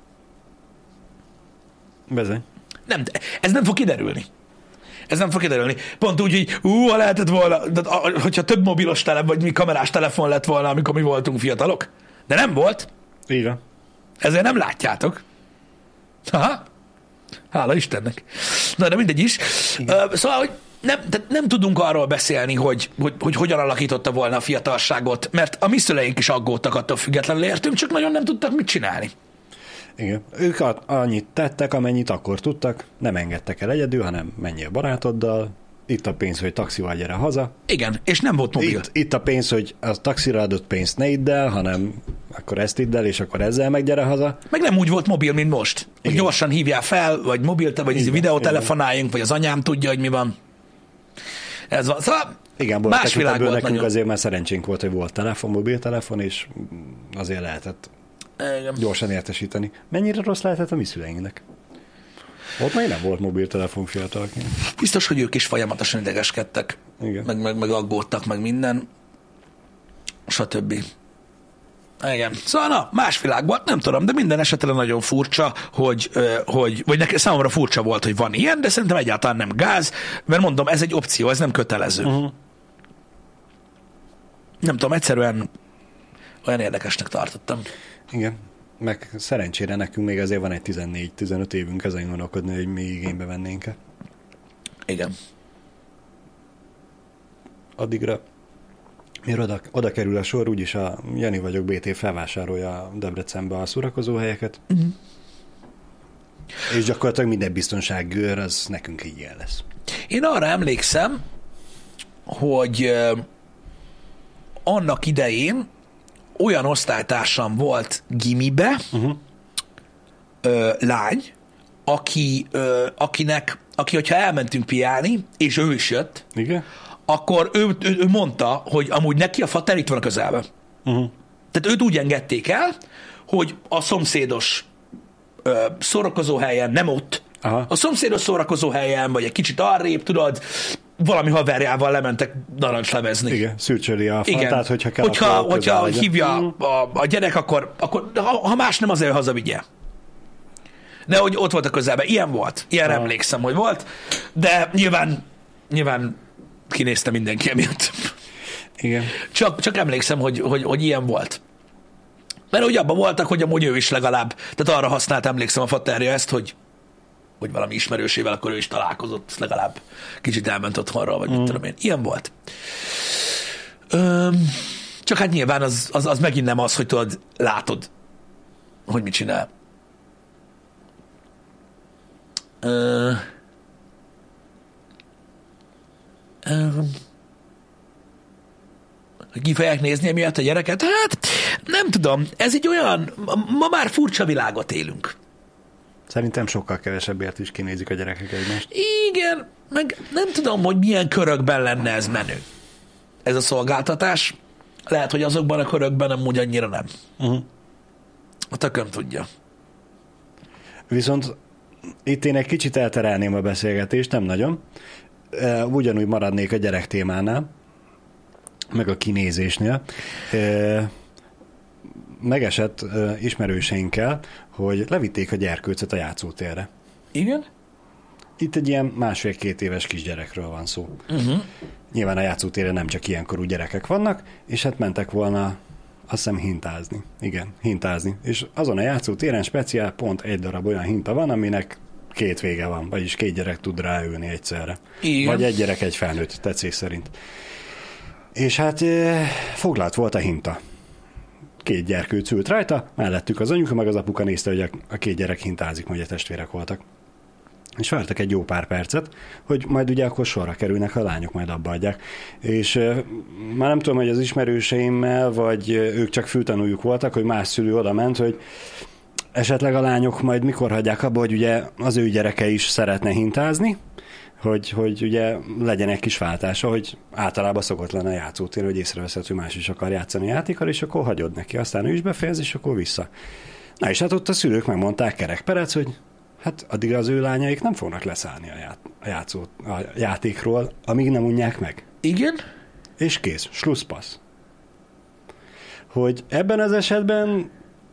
Bezony. Nem, ez nem fog kiderülni. Ez nem fog kiderülni. Pont úgy, hogy ú, ha lehetett volna, de, hogyha több mobilos telefon, vagy mi kamerás telefon lett volna, amikor mi voltunk fiatalok. De nem volt. Igen. Ezért nem látjátok. Aha. Hála Istennek. Na, de mindegy is. Uh, szóval, hogy nem, tehát nem tudunk arról beszélni, hogy, hogy, hogy hogyan alakította volna a fiatalságot, mert a mi szüleink is aggódtak, attól függetlenül értünk, csak nagyon nem tudtak mit csinálni. Igen. Ők annyit tettek, amennyit akkor tudtak, nem engedtek el egyedül, hanem menj a barátoddal, itt a pénz, hogy taxival gyere haza. Igen, és nem volt mobil. Itt, itt a pénz, hogy a taxira adott pénzt ne idd el, hanem akkor ezt idd el, és akkor ezzel meg gyere haza. Meg nem úgy volt mobil, mint most. Hogy gyorsan hívjál fel, vagy mobil, vagy igen, videótelefonáljunk, vagy az anyám tudja, hogy mi van. Ez van. Szóval igen, más világ volt nekünk nagyon. Azért már szerencsénk volt, hogy volt telefon, mobiltelefon, és azért lehetett igen. gyorsan értesíteni. Mennyire rossz lehetett a mi szüleinknek? Ott még nem volt mobiltelefon fiatalként. Biztos, hogy ők is folyamatosan idegeskedtek, meg, meg, meg aggódtak, meg minden, stb. Igen. Szóval na, más világ volt, nem tudom, de minden esetre nagyon furcsa, hogy, hogy vagy nekem számomra furcsa volt, hogy van ilyen, de szerintem egyáltalán nem gáz, mert mondom, ez egy opció, ez nem kötelező. Uh-huh. Nem tudom, egyszerűen olyan érdekesnek tartottam. Igen. Meg szerencsére nekünk még azért van egy tizennégy-tizenöt évünk ezen gondolkodni, hogy mi igénybe vennénk-e. Igen. Addigra, mire oda, oda kerül a sor, úgyis a Jani vagyok, bé té felvásárolja Debrecenbe a szórakozóhelyeket, uh-huh. és gyakorlatilag minden biztonsággőr, az nekünk így ilyen lesz. Én arra emlékszem, hogy uh, annak idején olyan osztálytársam volt gimibe, uh-huh. ö, lány, aki, ö, akinek, aki, hogyha elmentünk piálni, és ő is jött, igen? akkor ő, ő, ő mondta, hogy amúgy neki a fater itt van a közelben. Uh-huh. Tehát őt úgy engedték el, hogy a szomszédos ö, szórakozóhelyen, nem ott, aha. a szomszédos szórakozóhelyen, vagy egy kicsit arrébb, tudod, valami haverjával lementek narancslevezni. Igen, szürcsöli a fantát, hogyha kell. Hogyha, hogyha hívja a, a gyerek, akkor, akkor ha, ha más nem, azért hazavigye. De hogy ott volt a közelben. Ilyen volt. Ilyen ah. emlékszem, hogy volt. De nyilván, nyilván kinézte mindenki emiatt. Igen. Csak, csak emlékszem, hogy, hogy, hogy ilyen volt. Mert úgy abban voltak, hogy amúgy ő is legalább, tehát arra használt, emlékszem a faterja ezt, hogy hogy valami ismerősével, akkor ő is találkozott, legalább kicsit elment otthonról, vagy mm. mit tudom én. Ilyen volt. Öm, csak hát nyilván az, az, az megint nem az, hogy tudod, látod, hogy mit csinál. Ö, öm, ki fogják nézni emiatt a gyereket? Hát nem tudom, ez egy olyan, ma már furcsa világot élünk. Szerintem sokkal kevesebbért is kinézik a gyerekek egymást. Igen, meg nem tudom, hogy milyen körökben lenne ez menő. Ez a szolgáltatás. Lehet, hogy azokban a körökben amúgy annyira nem. Uh-huh. A tököm tudja. Viszont itt én egy kicsit elterelném a beszélgetést, nem nagyon. Ugyanúgy maradnék a gyerek témánál, meg a kinézésnél. Megesett ismerőseinkkel, hogy levitték a gyerkőcöt a játszótérre. Igen? Itt egy ilyen másfél-két éves kisgyerekről van szó. Uh-huh. Nyilván a játszótéren nem csak ilyenkorú gyerekek vannak, és hát mentek volna, azt hiszem, hintázni. Igen, hintázni. És azon a játszótéren speciál pont egy darab olyan hinta van, aminek két vége van, vagyis két gyerek tud ráülni egyszerre. Igen. Vagy egy gyerek, egy felnőtt, tetszés szerint. És hát foglalt volt a hinta. Két gyerkőc ült rajta, mellettük az anyuka, meg az apuka nézte, hogy a két gyerek hintázik, majd a testvérek voltak. És vártak egy jó pár percet, hogy majd ugye akkor sorra kerülnek, a lányok majd abba adják. És uh, már nem tudom, hogy az ismerőseimmel, vagy ők csak fültanújuk voltak, hogy más szülő oda ment, hogy esetleg a lányok majd mikor hagyják abba, hogy ugye az ő gyereke is szeretne hintázni, hogy, hogy ugye legyen egy kis váltása, hogy általában szokott lenne a játszótér, hogy észreveszed, hogy más is akar játszani a játékkal, és akkor hagyod neki. Aztán ő is befejez, és akkor vissza. Na és hát ott a szülők megmondták kerekperec, hogy hát addig az ő lányaik nem fognak leszállni a, ját, a, játszó, a játékról, amíg nem unják meg. Igen? És kész, slusszpassz. Hogy ebben az esetben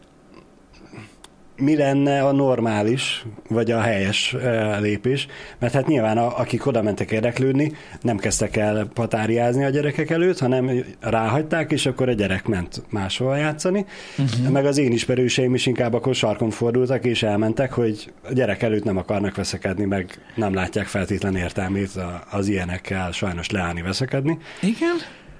mi lenne a normális, vagy a helyes uh, lépés, mert hát nyilván a, akik oda mentek érdeklődni, nem kezdtek el patáriázni a gyerekek előtt, hanem ráhagyták, és akkor a gyerek ment máshol játszani, uh-huh. meg az én ismerőseim is inkább akkor sarkon fordultak, és elmentek, hogy a gyerek előtt nem akarnak veszekedni, meg nem látják feltétlen értelmét az ilyenekkel sajnos leállni veszekedni. Igen?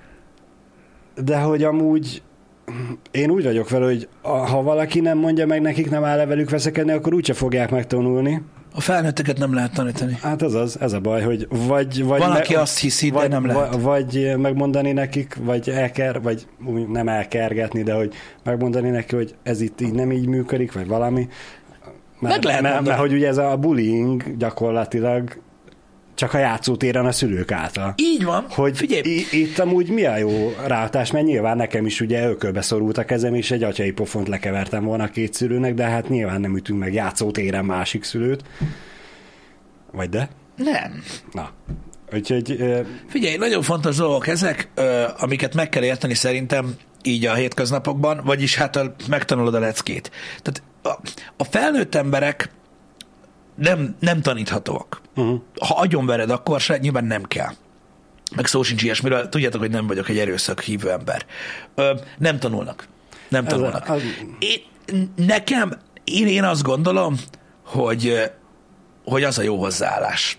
De hogy amúgy én úgy vagyok vele, hogy ha valaki nem mondja meg nekik, nem áll le velük veszekedni, akkor úgyse fogják megtanulni. A felnőtteket nem lehet tanítani. Hát ez az, ez a baj, hogy vagy... vagy Van, me- aki azt hiszi, vagy, de nem lehet. Vagy megmondani nekik, vagy elker, vagy nem elkergetni, de hogy megmondani neki, hogy ez itt így nem így működik, vagy valami. Mert, meg lehet mert, mondani. mert hogy ugye ez a bullying gyakorlatilag csak a játszótéren a szülők által. Így van. Hogy i- itt amúgy mi a jó rátás, mert nyilván nekem is ugye ökölbe szorult a kezem, és egy atyai pofont lekevertem volna két szülőnek, de hát nyilván nem ütünk meg játszótéren másik szülőt. Vagy de? Nem. Na. Úgyhogy... Uh... Figyelj, nagyon fontos dolgok ezek, uh, amiket meg kell érteni szerintem így a hétköznapokban, vagyis hát a, megtanulod a leckét. Tehát a, a felnőtt emberek nem, nem taníthatóak. Uh-huh. Ha agyonvered, akkor se, nyilván nem kell. Meg szó sincs ilyesmiről, tudjátok, hogy nem vagyok egy erőszak hívő ember. Ö, nem tanulnak. Nem tanulnak. Az, az... Én, nekem, én, én azt gondolom, hogy, hogy az a jó hozzáállás,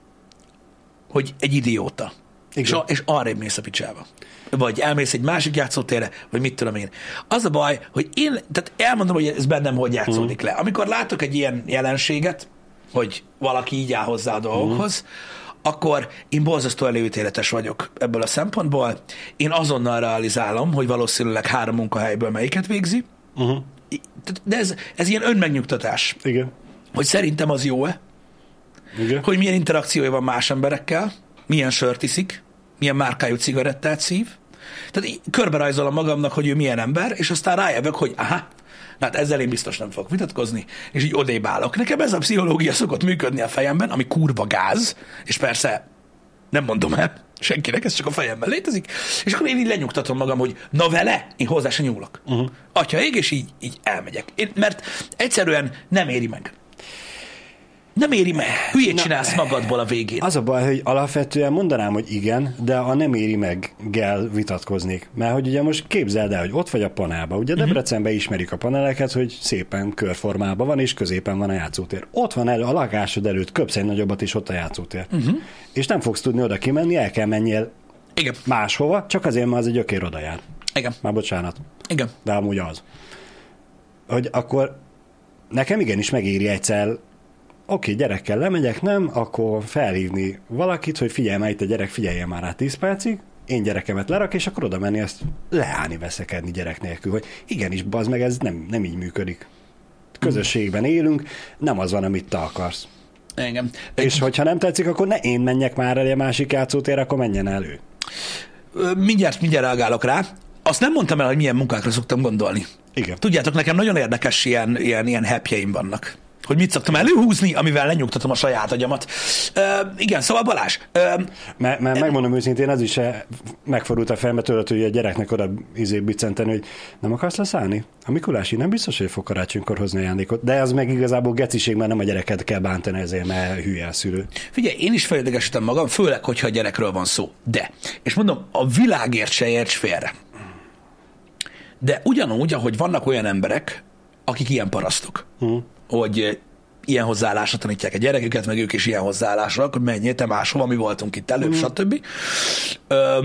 hogy egy idióta. És, a, és arrébb mész a picsába. Vagy elmész egy másik játszótérre, vagy mit tudom én. Az a baj, hogy én, tehát elmondom, hogy ez bennem hogy játszódik uh-huh. le. Amikor látok egy ilyen jelenséget, hogy valaki így áll hozzá a dolgokhoz, uh-huh. akkor én borzasztó előítéletes vagyok ebből a szempontból. Én azonnal realizálom, hogy valószínűleg három munkahelyből melyiket végzi. Uh-huh. De ez, ez ilyen önmegnyugtatás. Igen. Hogy szerintem az jó-e? Igen. Hogy milyen interakciója van más emberekkel, milyen sört iszik, milyen márkájú cigarettát szív. Tehát így körberajzolom magamnak, hogy ő milyen ember, és aztán rájövök, hogy aha, hát ezzel én biztos nem fogok vitatkozni, és így odébb állok. Nekem ez a pszichológia szokott működni a fejemben, ami kurva gáz, és persze nem mondom el senkinek, ez csak a fejemben létezik, és akkor én így lenyugtatom magam, hogy na vele, én hozzá se nyúlok. Uh-huh. Atya ég, és így, így elmegyek. Én, mert egyszerűen nem éri meg. Nem éri meg. Hülyét Na, csinálsz magadból a végén. Az a baj, hogy alapvetően mondanám, hogy igen, de a nem éri meg-gel vitatkoznék. Mert hogy ugye most képzeld el, hogy ott vagy a panelban. Ugye uh-huh. Debrecenben ismerik a paneleket, hogy szépen körformában van, és középen van a játszótér. Ott van elő, a lakásod előtt, köpsz egy nagyobbat, és ott a játszótér. Uh-huh. És nem fogsz tudni oda kimenni, el kell menjél igen. máshova, csak azért, mert az egy ökér oda jár. Igen. Már bocsánat. Igen. De amúgy az. Hogy akkor nekem igenis megéri egyszer. Oké, gyerekkel lemegyek, nem, akkor felhívni valakit, hogy figyelj már itt a gyerek, figyeljen már rá tíz percig, én gyerekemet lerak, és akkor oda menni ezt leállni, veszekedni gyerek nélkül, hogy igenis, bazd meg, ez nem, nem így működik. Közösségben élünk, nem az van, amit te akarsz. Engem. És hogyha nem tetszik, akkor ne én menjek már elé a másik játszótérre, akkor menjen elő. Mindjárt, mindjárt reagálok rá. azt nem mondtam el, hogy milyen munkákra szoktam gondolni. Igen. Tudjátok, nekem nagyon érdekes ilyen, ilyen, ilyen happyjeim vannak. Hogy mit szoktam előhúzni, amivel lenyugtatom a saját agyamat. Ö, igen, szóval Balázs. Mert me, megmondom őszintén, az is megfordult a fejembe tőled, hogy a gyereknek oda izé bicenteni, hogy nem akarsz leszállni? A Mikulási nem biztos, hogy fog karácsonykor hozni ajándékot, de az meg igazából geciség, mert nem a gyereket kell bántani ezért, mert hülye a szülő. Figyelj, én is felidegesítem magam, főleg, hogyha a gyerekről van szó. De, és mondom, a világért se érts félre. De ugyanúgy, ahogy vannak olyan emberek, akik ilyen parasztok, hmm. hogy ilyen hozzáállásra tanítják a gyereküket, meg ők is ilyen hozzáállásra, hogy menjél te máshova, mi voltunk itt előbb, hmm. stb. Ö,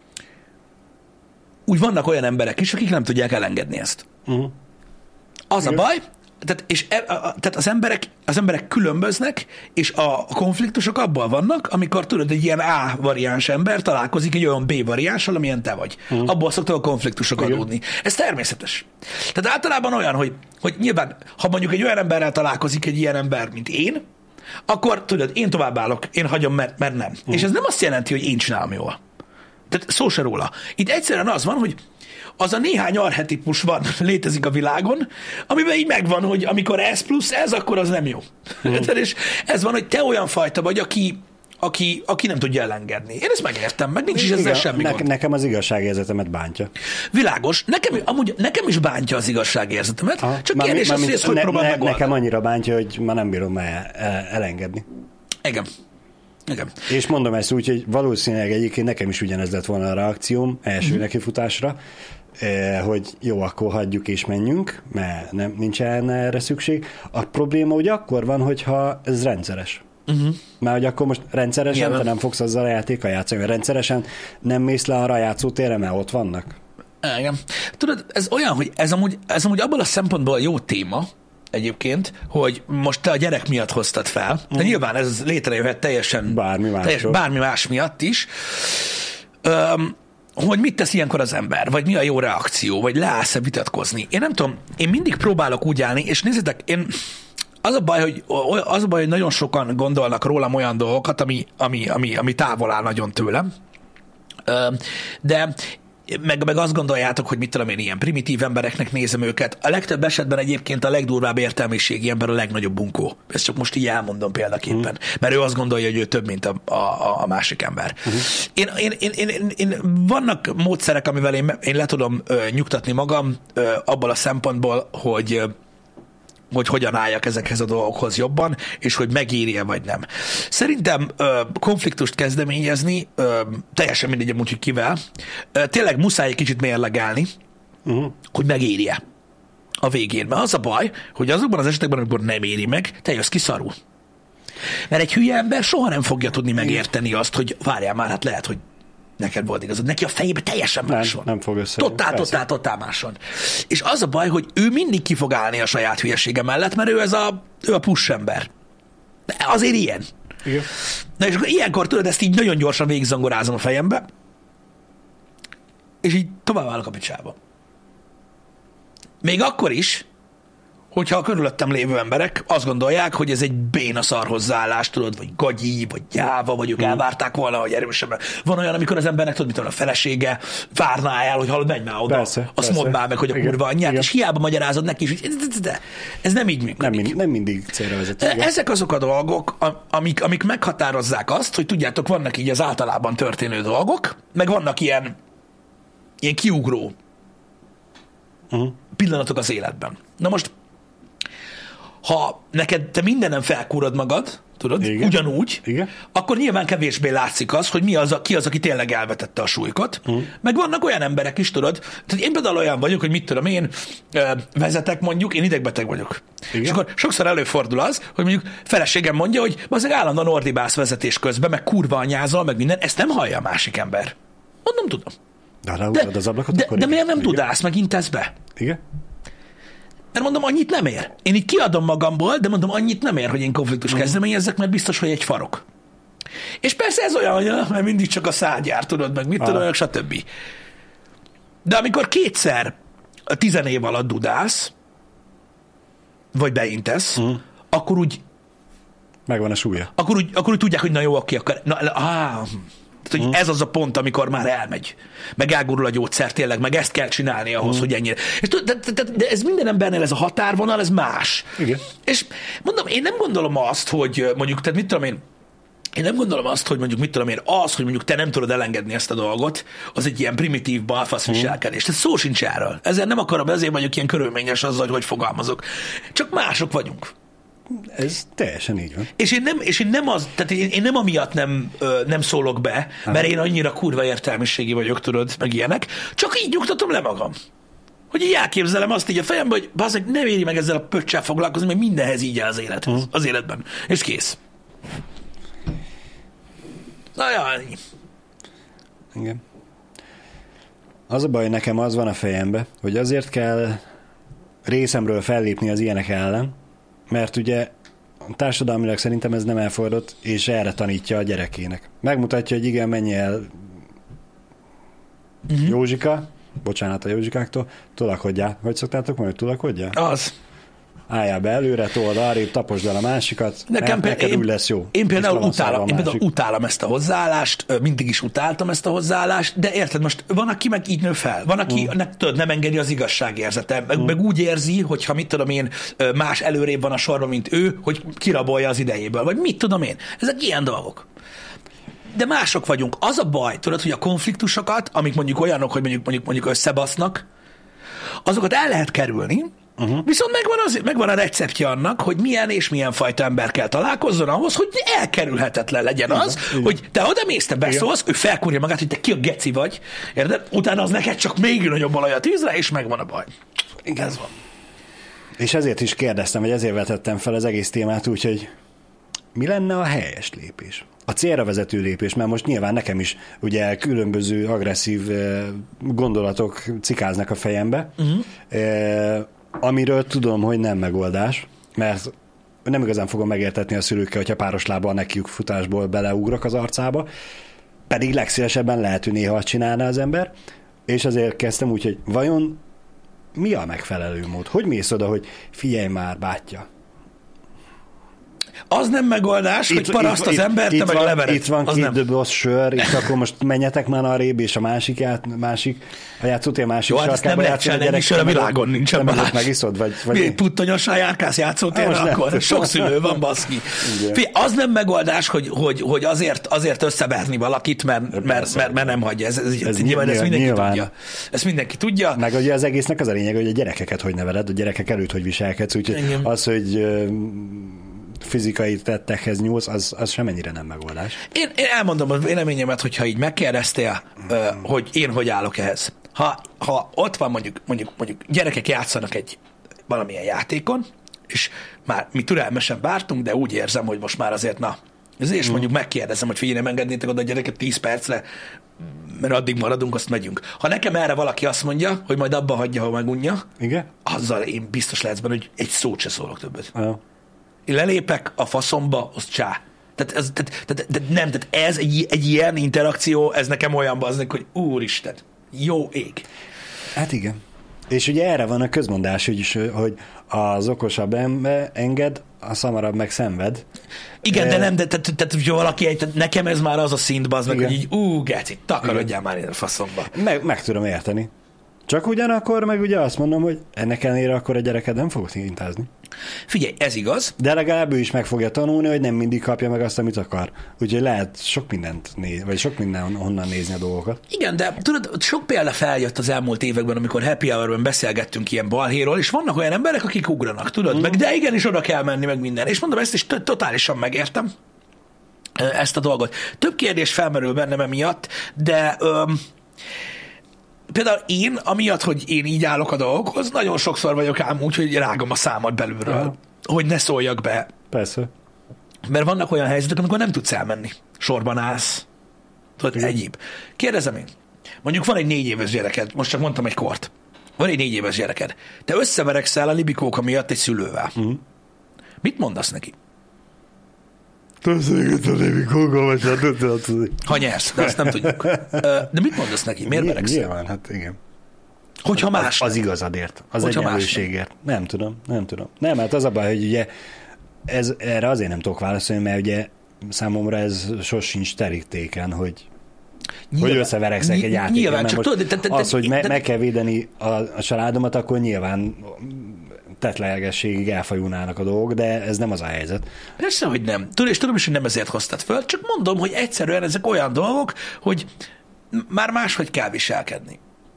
úgy vannak olyan emberek is, akik nem tudják elengedni ezt. Hmm. Az Igen. a baj, tehát, és e, a, tehát az, emberek, az emberek különböznek, és a konfliktusok abban vannak, amikor tudod, egy ilyen A variáns ember találkozik egy olyan B variánssal, amilyen te vagy. Hmm. Abból szoktak a konfliktusok Igen. adódni. Ez természetes. Tehát általában olyan, hogy, hogy nyilván, ha mondjuk egy olyan emberrel találkozik egy ilyen ember, mint én, akkor tudod, én továbbállok, én hagyom, mert, mert nem. Hmm. És ez nem azt jelenti, hogy én csinálom jól. Tehát szó se róla. Itt egyszerűen az van, hogy az a néhány archetipus van, létezik a világon, amiben így megvan, hogy amikor ez plusz ez, akkor az nem jó. Mm. És ez van, hogy te olyan fajta vagy, aki, aki, aki nem tudja elengedni. Én ezt megértem, meg nincs is ezzel semmi ne, gond. Nekem az igazságérzetemet bántja. Világos. Nekem, amúgy, nekem is bántja az igazságérzetemet, ha, csak kérdés az, hogy ezt hogy ne, próbál ne, megoldani. Nekem annyira bántja, hogy már nem bírom el, el, elengedni. Igen. Igen. És mondom ezt úgy, hogy valószínűleg egyébként nekem is ugyanez lett volna a reakcióm első mm-hmm. nekifutásra, hogy jó, akkor hagyjuk és menjünk, mert nem, nincsen erre szükség. A probléma ugye akkor van, hogyha ez rendszeres. Uh-huh. Mert hogy akkor most rendszeresen Igen. te nem fogsz azzal a játékkal játszani, mert rendszeresen nem mész le arra a játszótérre, mert ott vannak. Igen. Tudod, ez olyan, hogy ez amúgy, ez amúgy abból a szempontból jó téma, egyébként, hogy most te a gyerek miatt hoztad fel, de mm. nyilván ez létrejöhet teljesen bármi más, teljes, bármi más miatt is, Öm, hogy mit tesz ilyenkor az ember, vagy mi a jó reakció, vagy leállsz-e vitatkozni. Én nem tudom, én mindig próbálok úgy állni, és nézzétek, én az a baj, hogy, az a baj, hogy nagyon sokan gondolnak rólam olyan dolgokat, ami, ami, ami, ami távol áll nagyon tőlem, Öm, de Meg, meg azt gondoljátok, hogy mit tudom én, ilyen primitív embereknek nézem őket. A legtöbb esetben egyébként a legdurvább értelmiségi ember a legnagyobb bunkó. Ezt csak most így elmondom példaképpen. Uh-huh. Mert ő azt gondolja, hogy ő több, mint a, a, a másik ember. Uh-huh. Én, én, én, én, én, én, vannak módszerek, amivel én, én le tudom ö, nyugtatni magam ö, abból a szempontból, hogy ö, hogy hogyan álljak ezekhez a dolgokhoz jobban, és hogy megéri-e vagy nem. Szerintem ö, konfliktust kezdeményezni, ö, teljesen mindegy amúgy, hogy kivel, ö, tényleg muszáj egy kicsit mérlegelni, uh-huh. hogy megéri-e a végén. Mert az a baj, hogy azokban az esetekben, amikor nem éri meg, te jössz ki szarul. Mert egy hülye ember soha nem fogja tudni megérteni azt, hogy várjál már, hát lehet, hogy neked volt igazad. Neki a fejében teljesen más van. Nem, nem fog összejönni. Totál, totál, totál más van. És az a baj, hogy ő mindig ki fog állni a saját hülyesége mellett, mert ő ez a, ő a push ember. De azért ilyen. Igen. Na és akkor ilyenkor tudod, ezt így nagyon gyorsan végigzongorázom a fejembe, és így tovább állok a picsába. Még akkor is, hogyha a körülöttem lévő emberek azt gondolják, hogy ez egy béna szar hozzáállás, tudod, vagy gagyi, vagy gyáva, vagy ők hmm. elvárták volna, hogy erősebben. Van olyan, amikor az embernek, tudod, mit tudom, a felesége várná el, hogy hallod, menj már oda. Persze, azt mondd már meg, hogy a igen, kurva anyját, és hiába magyarázod neki is, hogy de ez nem így működik. Nem, mind, nem mindig célra vezet. Ezek azok a dolgok, amik, amik meghatározzák azt, hogy tudjátok, vannak így az általában történő dolgok, meg vannak ilyen, ilyen kiugró uh-huh. pillanatok az életben. Na most ha neked te mindenem felkúrod magad, tudod, igen. ugyanúgy, igen. akkor nyilván kevésbé látszik az, hogy mi az, a, ki az, aki tényleg elvetette a súlykot. Mm. Meg vannak olyan emberek is, tudod, tehát én például olyan vagyok, hogy mit tudom én, vezetek mondjuk, én idegbeteg vagyok. Igen. És akkor sokszor előfordul az, hogy mondjuk feleségem mondja, hogy azért állandóan ordibálsz vezetés közben, meg kurva anyázol, meg minden, ezt nem hallja a másik ember. Mondom, tudom. De, de, az ablakot, de, de miért nem igen. tudálsz, meg intesz be? Igen. Mert mondom, annyit nem ér. Én így kiadom magamból, de mondom, annyit nem ér, hogy én konfliktus kezdeményezzek, mert biztos, hogy egy farok. És persze ez olyan, hogy mert mindig csak a szágyár, tudod, meg mit tudod, stb. De amikor kétszer a tizen év alatt dudálsz, vagy beintesz, uh-huh. akkor úgy... Megvan a súlya. Akkor úgy, akkor úgy tudják, hogy na jó, aki akar... Na, á, Tehát, hogy ez az a pont, amikor már elmegy. Meg elgurul a gyógyszer tényleg, meg ezt kell csinálni ahhoz, mm. hogy ennyire. És de, de, de, de ez minden embernél, ez a határvonal, ez más. Igen. És mondom, én nem gondolom azt, hogy mondjuk, tehát mit tudom én, Én nem gondolom azt, hogy mondjuk, mit tudom én, az, hogy mondjuk te nem tudod elengedni ezt a dolgot, az egy ilyen primitív balfasz viselkedés. Tehát szó sincs erről. Ezért nem akarom, ezért vagyok ilyen körülményes azzal, hogy hogy fogalmazok. Csak mások vagyunk. Ez teljesen így van. És én nem, és én nem az, tehát én, én nem amiatt nem, ö, nem szólok be, Aha. mert én annyira kurva értelmiségi vagyok, tudod, meg ilyenek, csak így nyugtatom le magam. Hogy így elképzelem azt így a fejembe, hogy bazdmeg, nem éri meg ezzel a pöccsel foglalkozni, mert mindenhez így áll az élethez, uh-huh. az életben. És kész. Na jaj. Igen. Az a baj, nekem az van a fejembe, hogy azért kell részemről fellépni az ilyenek ellen, mert ugye társadalmilag szerintem ez nem elfordult, és erre tanítja a gyerekének. Megmutatja, hogy igen, menj el uh-huh. Józsika, bocsánat a Józsikáktól, tulakodjál. Hogy szoktátok mondani, hogy tulakodjál? Az. Álljál be előre, told arrébb, taposd el a másikat, nekem ne, neked én, úgy lesz jó. Én például, utálom, én például utálom ezt a hozzáállást, mindig is utáltam ezt a hozzáállást, de érted, most van, aki meg így nő fel, van, aki mm. ne, tudod, nem engedi az igazságérzetem, meg, mm. meg úgy érzi, hogy ha mit tudom én, más előrébb van a sorban, mint ő, hogy kirabolja az idejéből, vagy mit tudom én. Ezek ilyen dolgok. De mások vagyunk. Az a baj, tudod, hogy a konfliktusokat, amik mondjuk olyanok, hogy mondjuk, mondjuk, mondjuk összebasznak, azokat el lehet kerülni, Uh-huh. Viszont megvan, az, megvan a receptje annak, hogy milyen és milyen fajta ember kell találkozzon ahhoz, hogy elkerülhetetlen legyen az, igen, hogy te oda mész, te beszólsz, ő felkúrja magát, hogy te ki a geci vagy, érted? Utána az neked csak még nagyobb olaj a tűzre, és megvan a baj. Igen. Ez van. És ezért is kérdeztem, vagy ezért vetettem fel az egész témát úgy, hogy mi lenne a helyes lépés? A célra vezető lépés, mert most nyilván nekem is ugye különböző agresszív gondolatok cikáznak a fejembe, uh-huh. e- amiről tudom, hogy nem megoldás, mert nem igazán fogom megértetni a szülőkkel, hogyha páros lábbal nekiük futásból beleugrok az arcába, pedig legszívesebben lehet, hogy néha azt csinálna az ember, és azért kezdtem úgy, hogy vajon mi a megfelelő mód? Hogy mész oda, hogy figyelj már, bátya? Az nem megoldás, itt, hogy paraszt az ember, te meg levered. Itt van az két doboz sör, és akkor most menjetek már arrébb, és a másik, ját, másik a játszótér másik jó, sarkába játszol, a gyerek. Sör a világon nincsen, Balázs. Megiszod, vagy, vagy mi, puttonyosan járkálsz játszótérre, akkor nem. Sok szülő van, baszki. Fé, az nem megoldás, hogy, hogy, hogy azért, azért összeverni valakit, mert, mert, mert, mert nem hagyja. Ez, ez, ez, nyilván, ez mindenki nyilván. tudja. Ezt mindenki tudja. Meg ugye az egésznek az a lényeg, hogy a gyerekeket hogy neveled, a gyerekek előtt hogy viselkedsz, úgyhogy az, hogy fizikai tettekhez nyúlsz, az, az semennyire nem megoldás. Én, én elmondom a véleményemet, hogyha így megkérdeztél, mm. hogy én hogy állok ehhez. Ha, ha ott van mondjuk, mondjuk, mondjuk gyerekek játszanak egy valamilyen játékon, és már mi türelmesen vártunk, de úgy érzem, hogy most már azért na, és mm. mondjuk megkérdezem, hogy figyelj, nem engednétek oda a gyereket tíz percre, mert addig maradunk, azt megyünk. Ha nekem erre valaki azt mondja, hogy majd abba hagyja, ha megunja, igen? Azzal én biztos lehetsz benne, hogy egy szót se szólok többet. Ja. Én lelépek a faszomba, az csá. Tehát, ez, tehát, tehát, tehát nem, tehát ez egy, egy ilyen interakció, ez nekem olyan baznak, hogy úristen, jó ég. Hát igen. És ugye erre van a közmondás, hogy, is, hogy az okosabb ember enged, a szamarabb meg szenved. Igen, e... de nem, de tehát, tehát, hogy valaki, tehát nekem ez már az a szint, bazd meg, hogy így, ú, geci, takarodjál már ide a faszomba. Meg, meg tudom érteni. Csak ugyanakkor meg ugye azt mondom, hogy ennek ellenére akkor a gyereked nem fogod hintázni. Figyelj, ez igaz. De legalább ő is meg fogja tanulni, hogy nem mindig kapja meg azt, amit akar. Úgyhogy lehet sok mindent nézni, vagy sok minden honnan nézni a dolgokat. Igen, de tudod, sok példa feljött az elmúlt években, amikor happy hour-ben beszélgettünk ilyen balhéról, és vannak olyan emberek, akik ugranak, tudod, mm. meg de igenis oda kell menni, meg minden. És mondom, ezt is totálisan megértem, ezt a dolgot. Több kérdés felmerül bennem emiatt, de... Öm, például én, amiatt, hogy én így állok a dolgokhoz, nagyon sokszor vagyok ám úgy, hogy rágom a számat belülről, uh-huh. hogy ne szóljak be. Persze. Mert vannak olyan helyzetek, amikor nem tudsz elmenni. Sorban állsz. Tudod, uh-huh. egyéb. Kérdezem én, mondjuk van egy négy éves gyereked, most csak mondtam egy kort. Van egy négy éves gyereked. Te összeverekszel a libikóka miatt egy szülővel. Uh-huh. Mit mondasz neki? Ha nyersz, de azt nem tudjuk. De mit mondasz neki? Miért verekszel? Nyilván, hát igen. Hogyha más. Az, az igazadért, az egyenlőségért. Nem tudom, nem tudom. Nem, hát az a baj, hogy ugye ez, erre azért nem tudok válaszolni, mert ugye számomra ez sosincs terítéken, hogy Hogy összeverekszek egy játékon. Nyilván, csak tudod, te, te, te, az, hogy me, te, meg kell védeni a, a családomat, akkor nyilván tettlegességig elfajulnának a dolgok, de ez nem az a helyzet. Persze, hogy nem. Tudod, és tudom is, hogy nem ezért hoztad föl, csak mondom, hogy egyszerűen ezek olyan dolgok, hogy már máshogy kell viselkedni.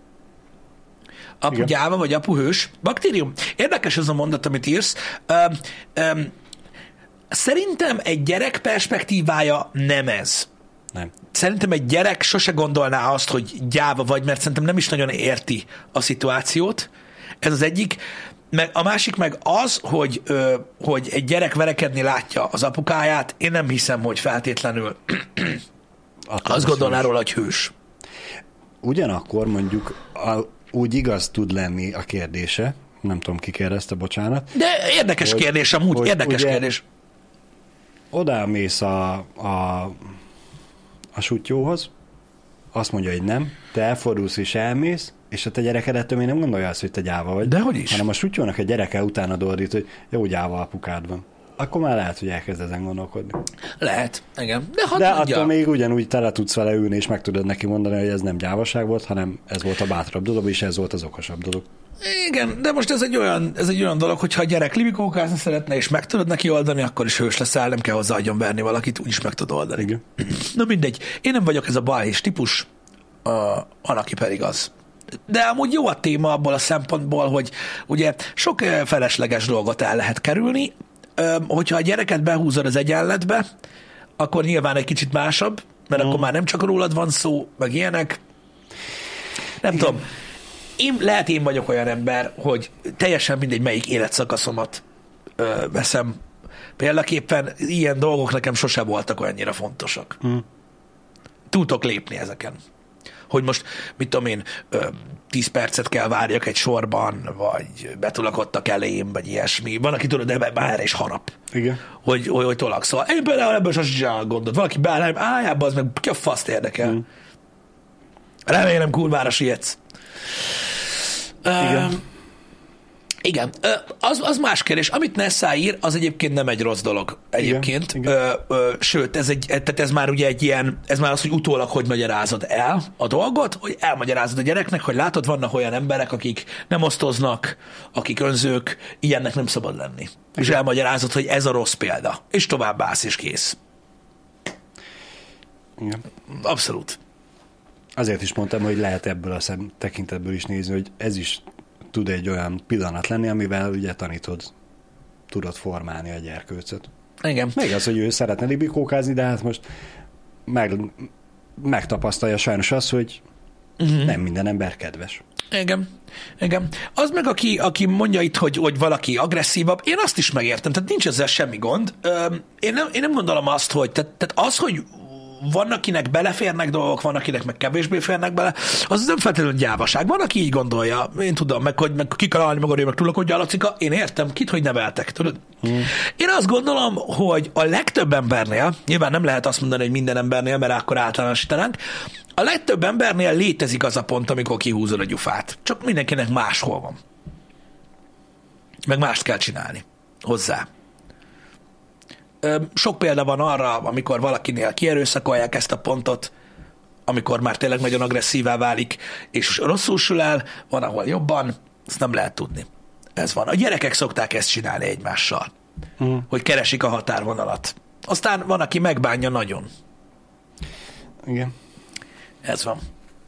Apu Igen. gyáva, vagy apu hős. Baktérium. Érdekes ez a mondat, amit írsz. Um, um, szerintem egy gyerek perspektívája nem ez. Nem. Szerintem egy gyerek sose gondolná azt, hogy gyáva vagy, mert szerintem nem is nagyon érti a szituációt. Ez az egyik. Meg a másik meg az, hogy, ö, hogy egy gyerek verekedni látja az apukáját, én nem hiszem, hogy feltétlenül azt gondolná róla, hogy hős. Ugyanakkor mondjuk a, úgy igaz tud lenni a kérdése, nem tudom, ki kérdezte, bocsánat. De érdekes hogy, kérdés, amúgy érdekes ugye, kérdés. Odamész a, a, a sutyóhoz, azt mondja, hogy nem, te elfordulsz és elmész, és a te gyereked ettől még nem gondolja azt, hogy te gyáva vagy. Dehogy is. Hanem a sutyónak a gyereke utána dordít, hogy jó, gyáva apukád van. Akkor már lehet, hogy elkezd ezen gondolkodni. Lehet, igen. De, De attól még ugyanúgy tele tudsz vele ülni, és meg tudod neki mondani, hogy ez nem gyávaság volt, hanem ez volt a bátrabb dolog, és ez volt az okosabb dolog. Igen, de most ez egy olyan, ez egy olyan dolog, hogyha a gyerek libikókázni szeretne, és meg tudod neki oldani, akkor is hős leszel, nem kell hozzá agyon verni valakit, úgyis meg tud oldani. Igen. Na mindegy. Én nem vagyok ez a balhés típus, uh, Anaki pedig az. De amúgy jó a téma abból a szempontból, hogy ugye sok felesleges dolgot el lehet kerülni. Hogyha a gyereket behúzod az egyenletbe, akkor nyilván egy kicsit másabb, mert mm. akkor már nem csak rólad van szó, meg ilyenek. Nem Igen. tudom. Én, lehet én vagyok olyan ember, hogy teljesen mindegy, melyik életszakaszomat ö, veszem. Példaképpen ilyen dolgok nekem sose voltak olyannyira fontosak. Mm. Tudtok lépni ezeken. Hogy most, mit tudom én, tíz percet kell várjak egy sorban, vagy betolakodtak elém, vagy ilyesmi. Van, aki tudod, de már is harap. Igen. Hogy, hogy, hogy tolak. Szóval én például ebből sosem csinálok gondot. Valaki beáll, ájába, az meg ki a faszt érdekel. Mm. Remélem kurvára sietsz. Igen. Uh, igen. Uh, az, az más kérdés. Amit Nessa ír, az egyébként nem egy rossz dolog. Egyébként. Igen. Igen. Uh, uh, sőt, ez, egy, tehát ez már ugye egy ilyen, ez már az, hogy utólag hogy magyarázod el a dolgot, hogy elmagyarázod a gyereknek, hogy látod, vannak olyan emberek, akik nem osztoznak, akik önzők, ilyennek nem szabad lenni. Igen. És elmagyarázod, hogy ez a rossz példa. És tovább állsz, és kész. Igen. Abszolút. Azért is mondtam, hogy lehet ebből a szem tekintetből is nézni, hogy ez is tud egy olyan pillanat lenni, amivel ugye tanítod, tudod formálni a gyerkőcöt. Igen. Még az, hogy ő szeretne libikókázni, de hát most meg, megtapasztalja sajnos azt, hogy uh-huh. nem minden ember kedves. Igen. Igen. Az meg, aki, aki mondja itt, hogy, hogy valaki agresszívabb, én azt is megértem, tehát nincs ezzel semmi gond. Én nem, én nem gondolom azt, hogy tehát, tehát az, hogy van, akinek beleférnek dolgok, van, akinek meg kevésbé férnek bele, az nem feltétlenül gyávaság. Van, aki így gondolja, én tudom, meg hogy meg ki kell állni magadért, meg tulakodja a lacika, én értem, kit, hogy neveltek, tudod? Hmm. Én azt gondolom, hogy a legtöbb embernél, nyilván nem lehet azt mondani, hogy minden embernél, mert akkor általánosítanánk, a legtöbb embernél létezik az a pont, amikor kihúzod a gyufát. Csak mindenkinek máshol van. Meg mást kell csinálni hozzá. Sok példa van arra, amikor valakinél kierőszakolják ezt a pontot, amikor már tényleg nagyon agresszívá válik, és rosszul sül el, van, ahol jobban, ezt nem lehet tudni. Ez van. A gyerekek szokták ezt csinálni egymással, mm. hogy keresik a határvonalat. Aztán van, aki megbánja nagyon. Igen. Ez van.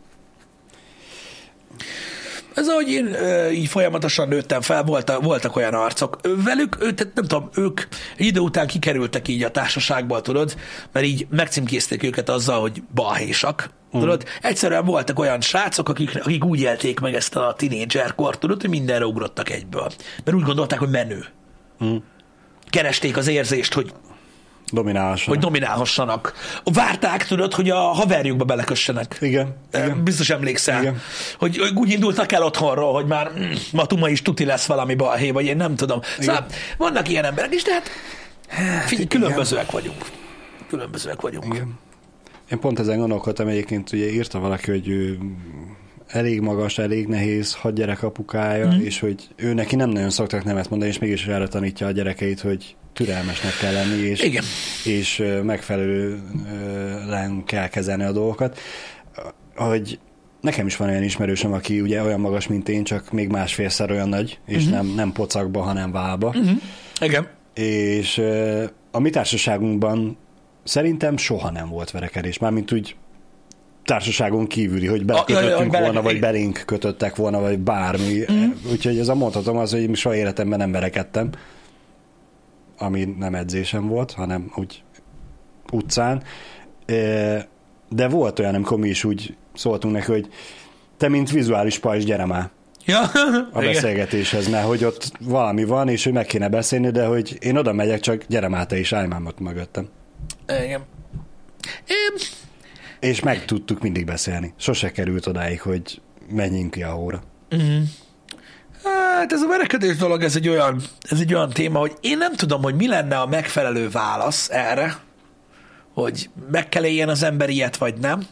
Ez ahogy én ö, így folyamatosan nőttem fel, voltak, voltak olyan arcok. Velük, ő, tehát nem tudom, ők egy idő után kikerültek így a társaságból, tudod, mert így megcímkézték őket azzal, hogy balhésak, mm. tudod. Egyszerűen voltak olyan srácok, akik, akik úgy élték meg ezt a tinédzserkort, tudod, hogy mindenre ugrottak egyből. Mert úgy gondolták, hogy menő. Mm. Keresték az érzést, hogy dominálhassanak. Hogy dominálhassanak. Várták, tudod, hogy a haverjukba belekössenek. Igen. igen. Biztos emlékszel. Igen. Hogy, hogy úgy indultak el otthonról, hogy már mm, Matuma is tuti lesz valami balhé, vagy én nem tudom. Igen. Szóval vannak ilyen emberek is, de hát figyelj, különbözőek vagyunk. Különbözőek vagyunk. Igen. Én pont ezen gondolkodtam, egyébként ugye írta valaki, hogy ő elég magas, elég nehéz hadgyerek apukája, mm. és hogy ő neki nem nagyon szoktak nemet mondani, és mégis erre tanítja a gyerekeit, hogy türelmesnek kell lenni, és, és megfelelően kell kezelni a dolgokat. hogy nekem is van olyan ismerősöm, aki ugye olyan magas, mint én, csak még másfélszer olyan nagy, és uh-huh. nem, nem pocakba, hanem válba. Uh-huh. Igen. És a mi társaságunkban szerintem soha nem volt verekedés. Mármint úgy társaságon kívüli, hogy bekötöttünk a, volna, vagy belénk kötöttek volna, vagy bármi. Uh-huh. Úgyhogy ez a mondhatom az, hogy soha életemben nem verekedtem, ami nem edzésem volt, hanem úgy utcán. De volt olyan, amikor mi is úgy szóltunk neki, hogy te, mint vizuális pajzs, gyere már ja. a beszélgetéshez, mert hogy ott valami van, és hogy meg kéne beszélni, de hogy én oda megyek, csak gyere már te is, állj már ott mögöttem. Igen. Én... És meg tudtuk mindig beszélni. Sose került odáig, hogy menjünk ki a hóra. Mm. Hát ez a verekedés dolog, ez egy olyan, ez egy olyan téma, hogy én nem tudom, hogy mi lenne a megfelelő válasz erre, hogy meg kell éljen az ember ilyet, vagy nem.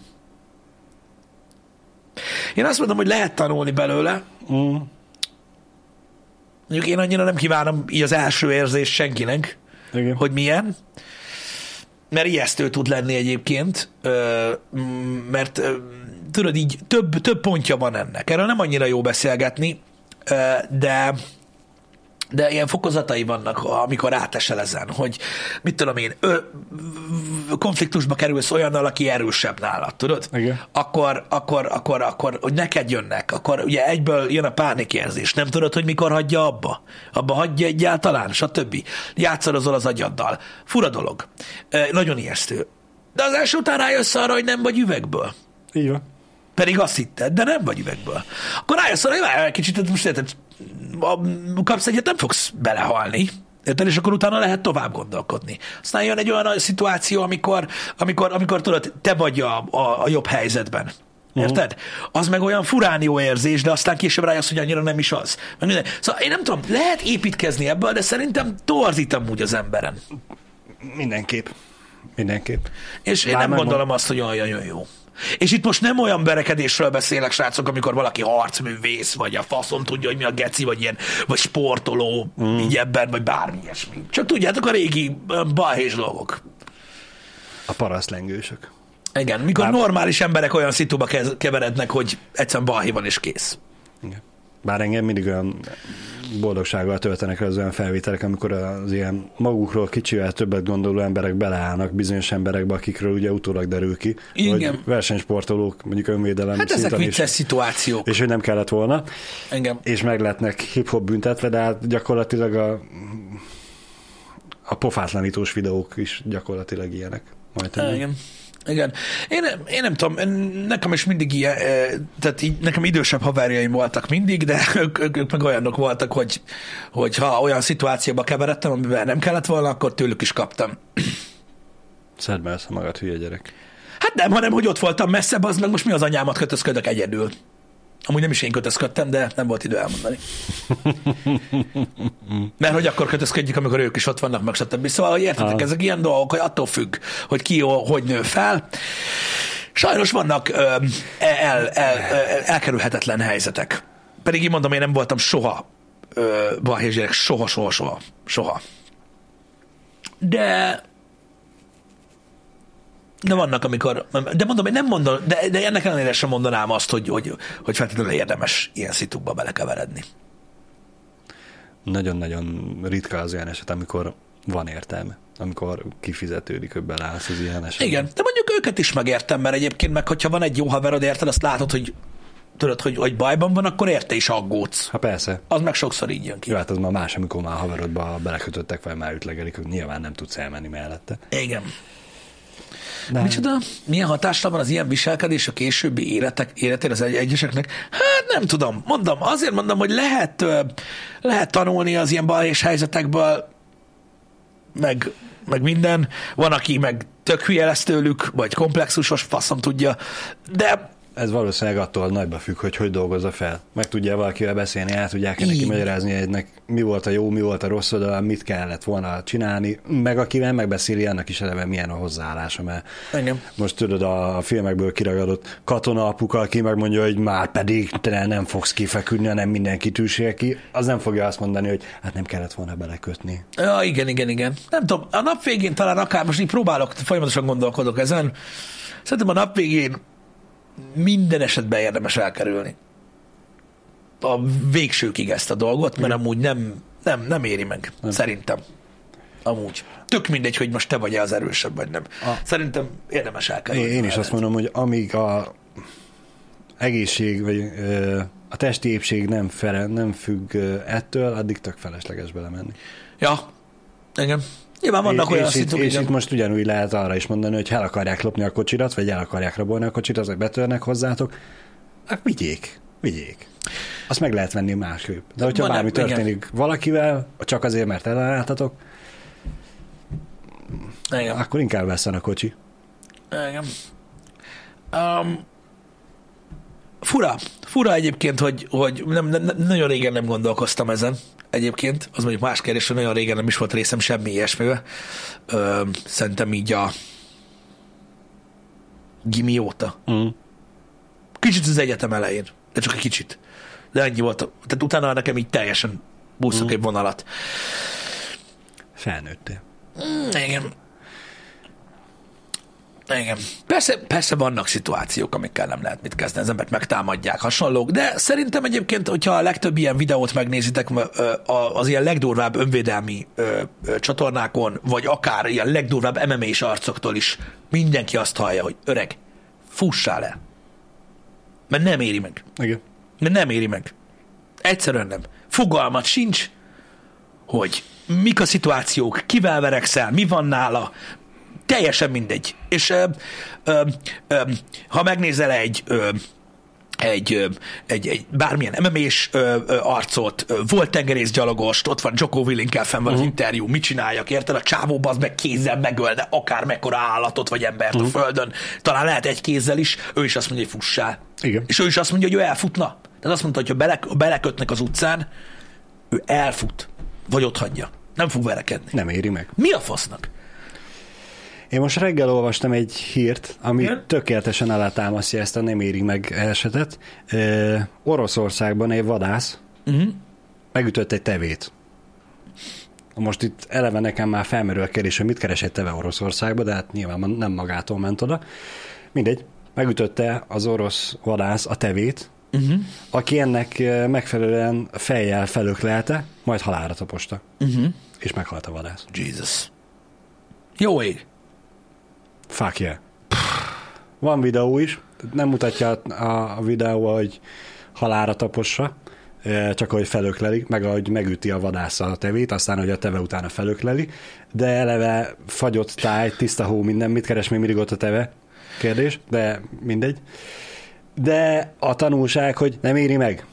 Én azt mondom, hogy lehet tanulni belőle. Mm. Mondjuk én annyira nem kívánom így az első érzés senkinek, igen, hogy milyen. Mert ijesztő tud lenni egyébként, mert tudod, így több, több pontja van ennek. Erről nem annyira jó beszélgetni, de de ilyen fokozatai vannak, amikor átesel ezen, hogy mit tudom én, ö, konfliktusba kerülsz olyannal, aki erősebb nálad, tudod? Igen. Akkor, akkor, akkor, akkor, hogy neked jönnek, akkor ugye egyből jön a pánikérzés, nem tudod, hogy mikor hagyja abba, abba hagyja egyáltalán, stb. Játszadozol az agyaddal. Fura dolog. E, nagyon ijesztő. De az első után rájössz arra, hogy nem vagy üvegből. Így van. Pedig azt hitted, de nem vagy üvegből. Akkor rájössz arra, hogy várj egy kicsit, most érted, kapsz egyet, nem fogsz belehalni. Érted? És akkor utána lehet tovább gondolkodni. Aztán jön egy olyan szituáció, amikor, amikor, amikor tudod, te vagy a, a, a jobb helyzetben. Érted? Uh-huh. Az meg olyan furán jó érzés, de aztán később rájössz, hogy annyira nem is az. Szóval én nem tudom, lehet építkezni ebből, de szerintem torzítom úgy az emberen. Mindenképp. Mindenképp. És én Lám nem gondolom azt, hogy olyan jó. És itt most nem olyan verekedésről beszélek, srácok, amikor valaki harcművész, vagy a faszom tudja, hogy mi a geci, vagy ilyen, vagy sportoló, mm. így ebben, vagy bármi ilyesmi. Csak tudjátok, a régi balhés dolgok. A parasztlengősök. Igen, mikor Bár... normális emberek olyan szituba keverednek, hogy egyszerűen balhé van és kész. Igen. Bár engem mindig olyan boldogsággal töltenek az olyan felvételek, amikor az ilyen magukról kicsivel többet gondoló emberek beleállnak bizonyos emberekbe, akikről ugye utólag derül ki, igen, hogy versenysportolók, mondjuk önvédelem hát ezek vicces szituációk. És hogy nem kellett volna. Igen. És meg lehetnek hip-hop büntetve, de hát gyakorlatilag a, a pofátlanítós videók is gyakorlatilag ilyenek. Majd igen. Igen. Én, én nem tudom, nekem is mindig ilyen, tehát így, nekem idősebb haverjaim voltak mindig, de ők, ők, ők meg olyanok voltak, hogy, hogy ha olyan szituációba keveredtem, amiben nem kellett volna, akkor tőlük is kaptam. Szedd be ezt a magad, hülye gyerek. Hát nem, hanem hogy ott voltam messzebb, az meg most mi az anyámat kötözködök egyedül. Amúgy nem is én kötözködtem, de nem volt idő elmondani. Mert hogy akkor kötözködjük, amikor ők is ott vannak, meg stb. Szóval, hogy értetek, ezek ilyen dolgok, hogy attól függ, hogy ki hogy nő fel. Sajnos vannak ö, el, el, el, elkerülhetetlen helyzetek. Pedig így mondom, én nem voltam soha balhés gyerek, soha, soha, soha, soha. De De vannak, amikor, de mondom, én nem mondom, de, de ennek ellenére sem mondanám azt, hogy, hogy, hogy feltétlenül érdemes ilyen szitukba belekeveredni. Nagyon-nagyon ritka az olyan eset, amikor van értelme, amikor kifizetődik, hogy beleállsz az ilyen esetben. Igen, de mondjuk őket is megértem, mert egyébként meg, hogyha van egy jó haverod, érted, azt látod, hogy tudod, hogy, hogy bajban van, akkor érte is aggódsz. Ha persze. Az meg sokszor így jön ki. Jó, hát az már más, amikor már haverodba belekötöttek, vagy már ütlegelik, hogy nyilván nem tudsz elmenni mellette. Igen. De... Micsoda? Milyen hatással van az ilyen viselkedés a későbbi életek, életére az egyeseknek? Hát nem tudom. Mondom, azért mondom, hogy lehet, lehet tanulni az ilyen balhés helyzetekből, meg, meg minden. Van, aki meg tök hülye lesz tőlük, vagy komplexusos, faszom tudja, de ez valószínűleg attól nagyba függ, hogy hogy dolgozza fel. Meg tudja valakivel beszélni, át tudják neki magyarázni egynek, mi volt a jó, mi volt a rossz oldala, mit kellett volna csinálni, meg akivel megbeszéli, annak is eleve milyen a hozzáállása, mert engem. Most tudod, a filmekből kiragadott katona apuka, aki megmondja, hogy már pedig te nem fogsz kifeküdni, hanem mindenki tűsél ki, az nem fogja azt mondani, hogy hát nem kellett volna belekötni. Ja, igen, igen, igen. Nem tudom, a nap végén talán akár, most így próbálok, folyamatosan gondolkodok ezen, szerintem a nap végén minden esetben érdemes elkerülni a végsőkig ezt a dolgot, mert amúgy nem, nem, nem éri meg, nem. Szerintem. Amúgy. Tök mindegy, hogy most te vagy az erősebb, vagy nem. A... Szerintem érdemes elkerülni. Én, én is azt mondom, hogy amíg a egészség, vagy ö, a testi épség nem, fele, nem függ ettől, addig tök felesleges belemenni. Ja, igen. Nyilván vannak és, olyan és, szituk, itt, és itt most ugyanúgy lehet arra is mondani, hogy el akarják lopni a kocsirat, vagy el akarják rabolni a kocsit, vagy betörnek hozzátok, hát vigyék, vigyék. Azt meg lehet venni másképp. De hogyha bármi történik igen. valakivel, csak azért, mert ellenálltatok, igen. akkor inkább vesszen a kocsi. Igen. Um, fura. Fura egyébként, hogy, hogy nem, nem, nagyon régen nem gondolkoztam ezen. Egyébként, az mondjuk más kérdés, hogy nagyon régen nem is volt részem semmi ilyesmivel. Ö, szerintem így a gimi óta. Mm. Kicsit az egyetem elején, de csak egy kicsit. De ennyi volt. Tehát utána nekem így teljesen búszok mm. egy vonalat. Felnőttél. Mm, igen. Igen. Persze, persze vannak szituációk, amikkel nem lehet mit kezdeni, az embert megtámadják, hasonlók, de szerintem egyébként, hogyha a legtöbb ilyen videót megnézitek az ilyen legdurvább önvédelmi csatornákon, vagy akár ilyen legdurvább em em á-s arcoktól is, mindenki azt hallja, hogy öreg, fussál le. Mert nem éri meg. Igen. Mert nem éri meg. Egyszerűen nem. Fogalmat sincs, hogy mik a szituációk, kivel verekszel, mi van nála, teljesen mindegy. És ö, ö, ö, ha megnézel egy, ö, egy, ö, egy, egy bármilyen em em á-s ö, ö, arcot, ö, volt tengerészgyalogost, ott van Jocko Willinkkel fenn van uh-huh. az interjú, mit csináljak, érted? A csávóba az meg kézzel megöl, de akár mekkora állatot vagy embert uh-huh. a földön, talán lehet egy kézzel is, ő is azt mondja, hogy fussál. Igen. És ő is azt mondja, hogy ő elfutna. Tehát azt mondta, hogy ha bele, belekötnek az utcán, ő elfut, vagy ott hagyja. Nem fog verekedni. Nem éri meg. Mi a fasznak? Én most reggel olvastam egy hírt, ami Igen? tökéletesen alátámasztja ezt a nem éri meg esetet. Ö, Oroszországban egy vadász uh-huh. megütött egy tevét. Most itt eleve nekem már felmerül a kérdés, hogy mit keres egy teve Oroszországban, de hát nyilván nem magától ment oda. Mindegy, megütötte az orosz vadász a tevét, uh-huh. aki ennek megfelelően fejjel felöklelte, majd halálra taposta. Uh-huh. És meghalt a vadász. Jesus. Jó ég. Fuck yeah. Van videó is, nem mutatja a, a videó, hogy halálra tapossa, csak ahogy felökleli, meg ahogy megüti a vadász a tevét, aztán, hogy a teve utána felökleli, de eleve fagyott táj, tiszta hó, minden, mit keres még mindig ott a teve? Kérdés, de mindegy. De a tanulság, hogy nem éri meg.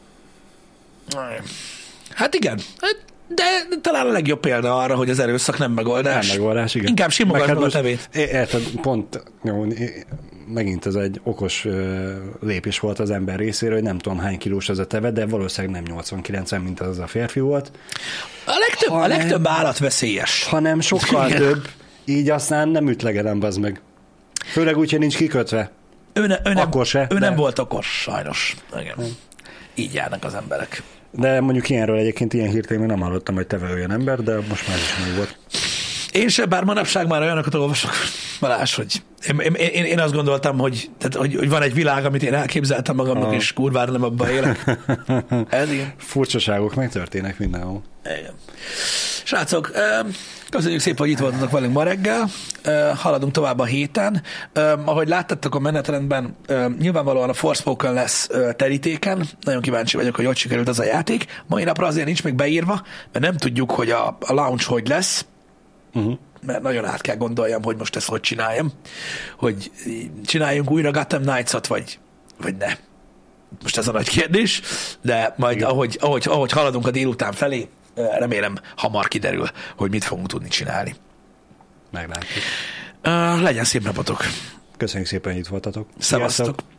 Hát igen, de talán a legjobb példa arra, hogy az erőszak nem megoldás. Nem megoldás, igen. Inkább simogasd meg a tevét. Érted, pont jó, megint ez egy okos lépés volt az ember részéről, hogy nem tudom hány kilós az a teve, de valószínűleg nem nyolcvan-kilencven, mint az a férfi volt. A legtöbb, hanem, a legtöbb állat veszélyes. Hanem sokkal igen. több, így aztán nem ütlegelem, bazd meg. Főleg úgy, hogy nincs kikötve. Ő, ne, ő, nem, Akkor se, ő de... nem volt okos, sajnos. Igen. Így járnak az emberek. De mondjuk ilyenről egyébként ilyen hírt én még nem hallottam, hogy teve olyan ember, de most már is meg volt. Én sem, bár manapság már olyanokat olvasok, Balázs, hogy én, én, én, én azt gondoltam, hogy, tehát, hogy, hogy van egy világ, amit én elképzeltem magamnak, ah. és kurvára nem abban élek. Ez ilyen. Furcsaságok megtörténnek mindenhol. Igen. Srácok, köszönjük szépen, hogy itt voltatok velünk ma reggel. Haladunk tovább a héten. Ahogy láttátok a menetrendben, nyilvánvalóan a Forspoken lesz terítéken. Nagyon kíváncsi vagyok, hogy hogy sikerült az a játék. Mai napra azért nincs még beírva, mert nem tudjuk, hogy a, a launch hogy lesz. Uh-huh. Mert nagyon át kell gondoljam, hogy most ezt hogy csináljam. Hogy csináljunk újra Gotham Knights-ot, vagy, vagy ne. Most ez a nagy kérdés, de majd ahogy, ahogy, ahogy haladunk a délután felé, remélem hamar kiderül, hogy mit fogunk tudni csinálni. Meglátjuk. Uh, legyen szép napotok. Köszönjük szépen, hogy itt voltatok. Szevasztok.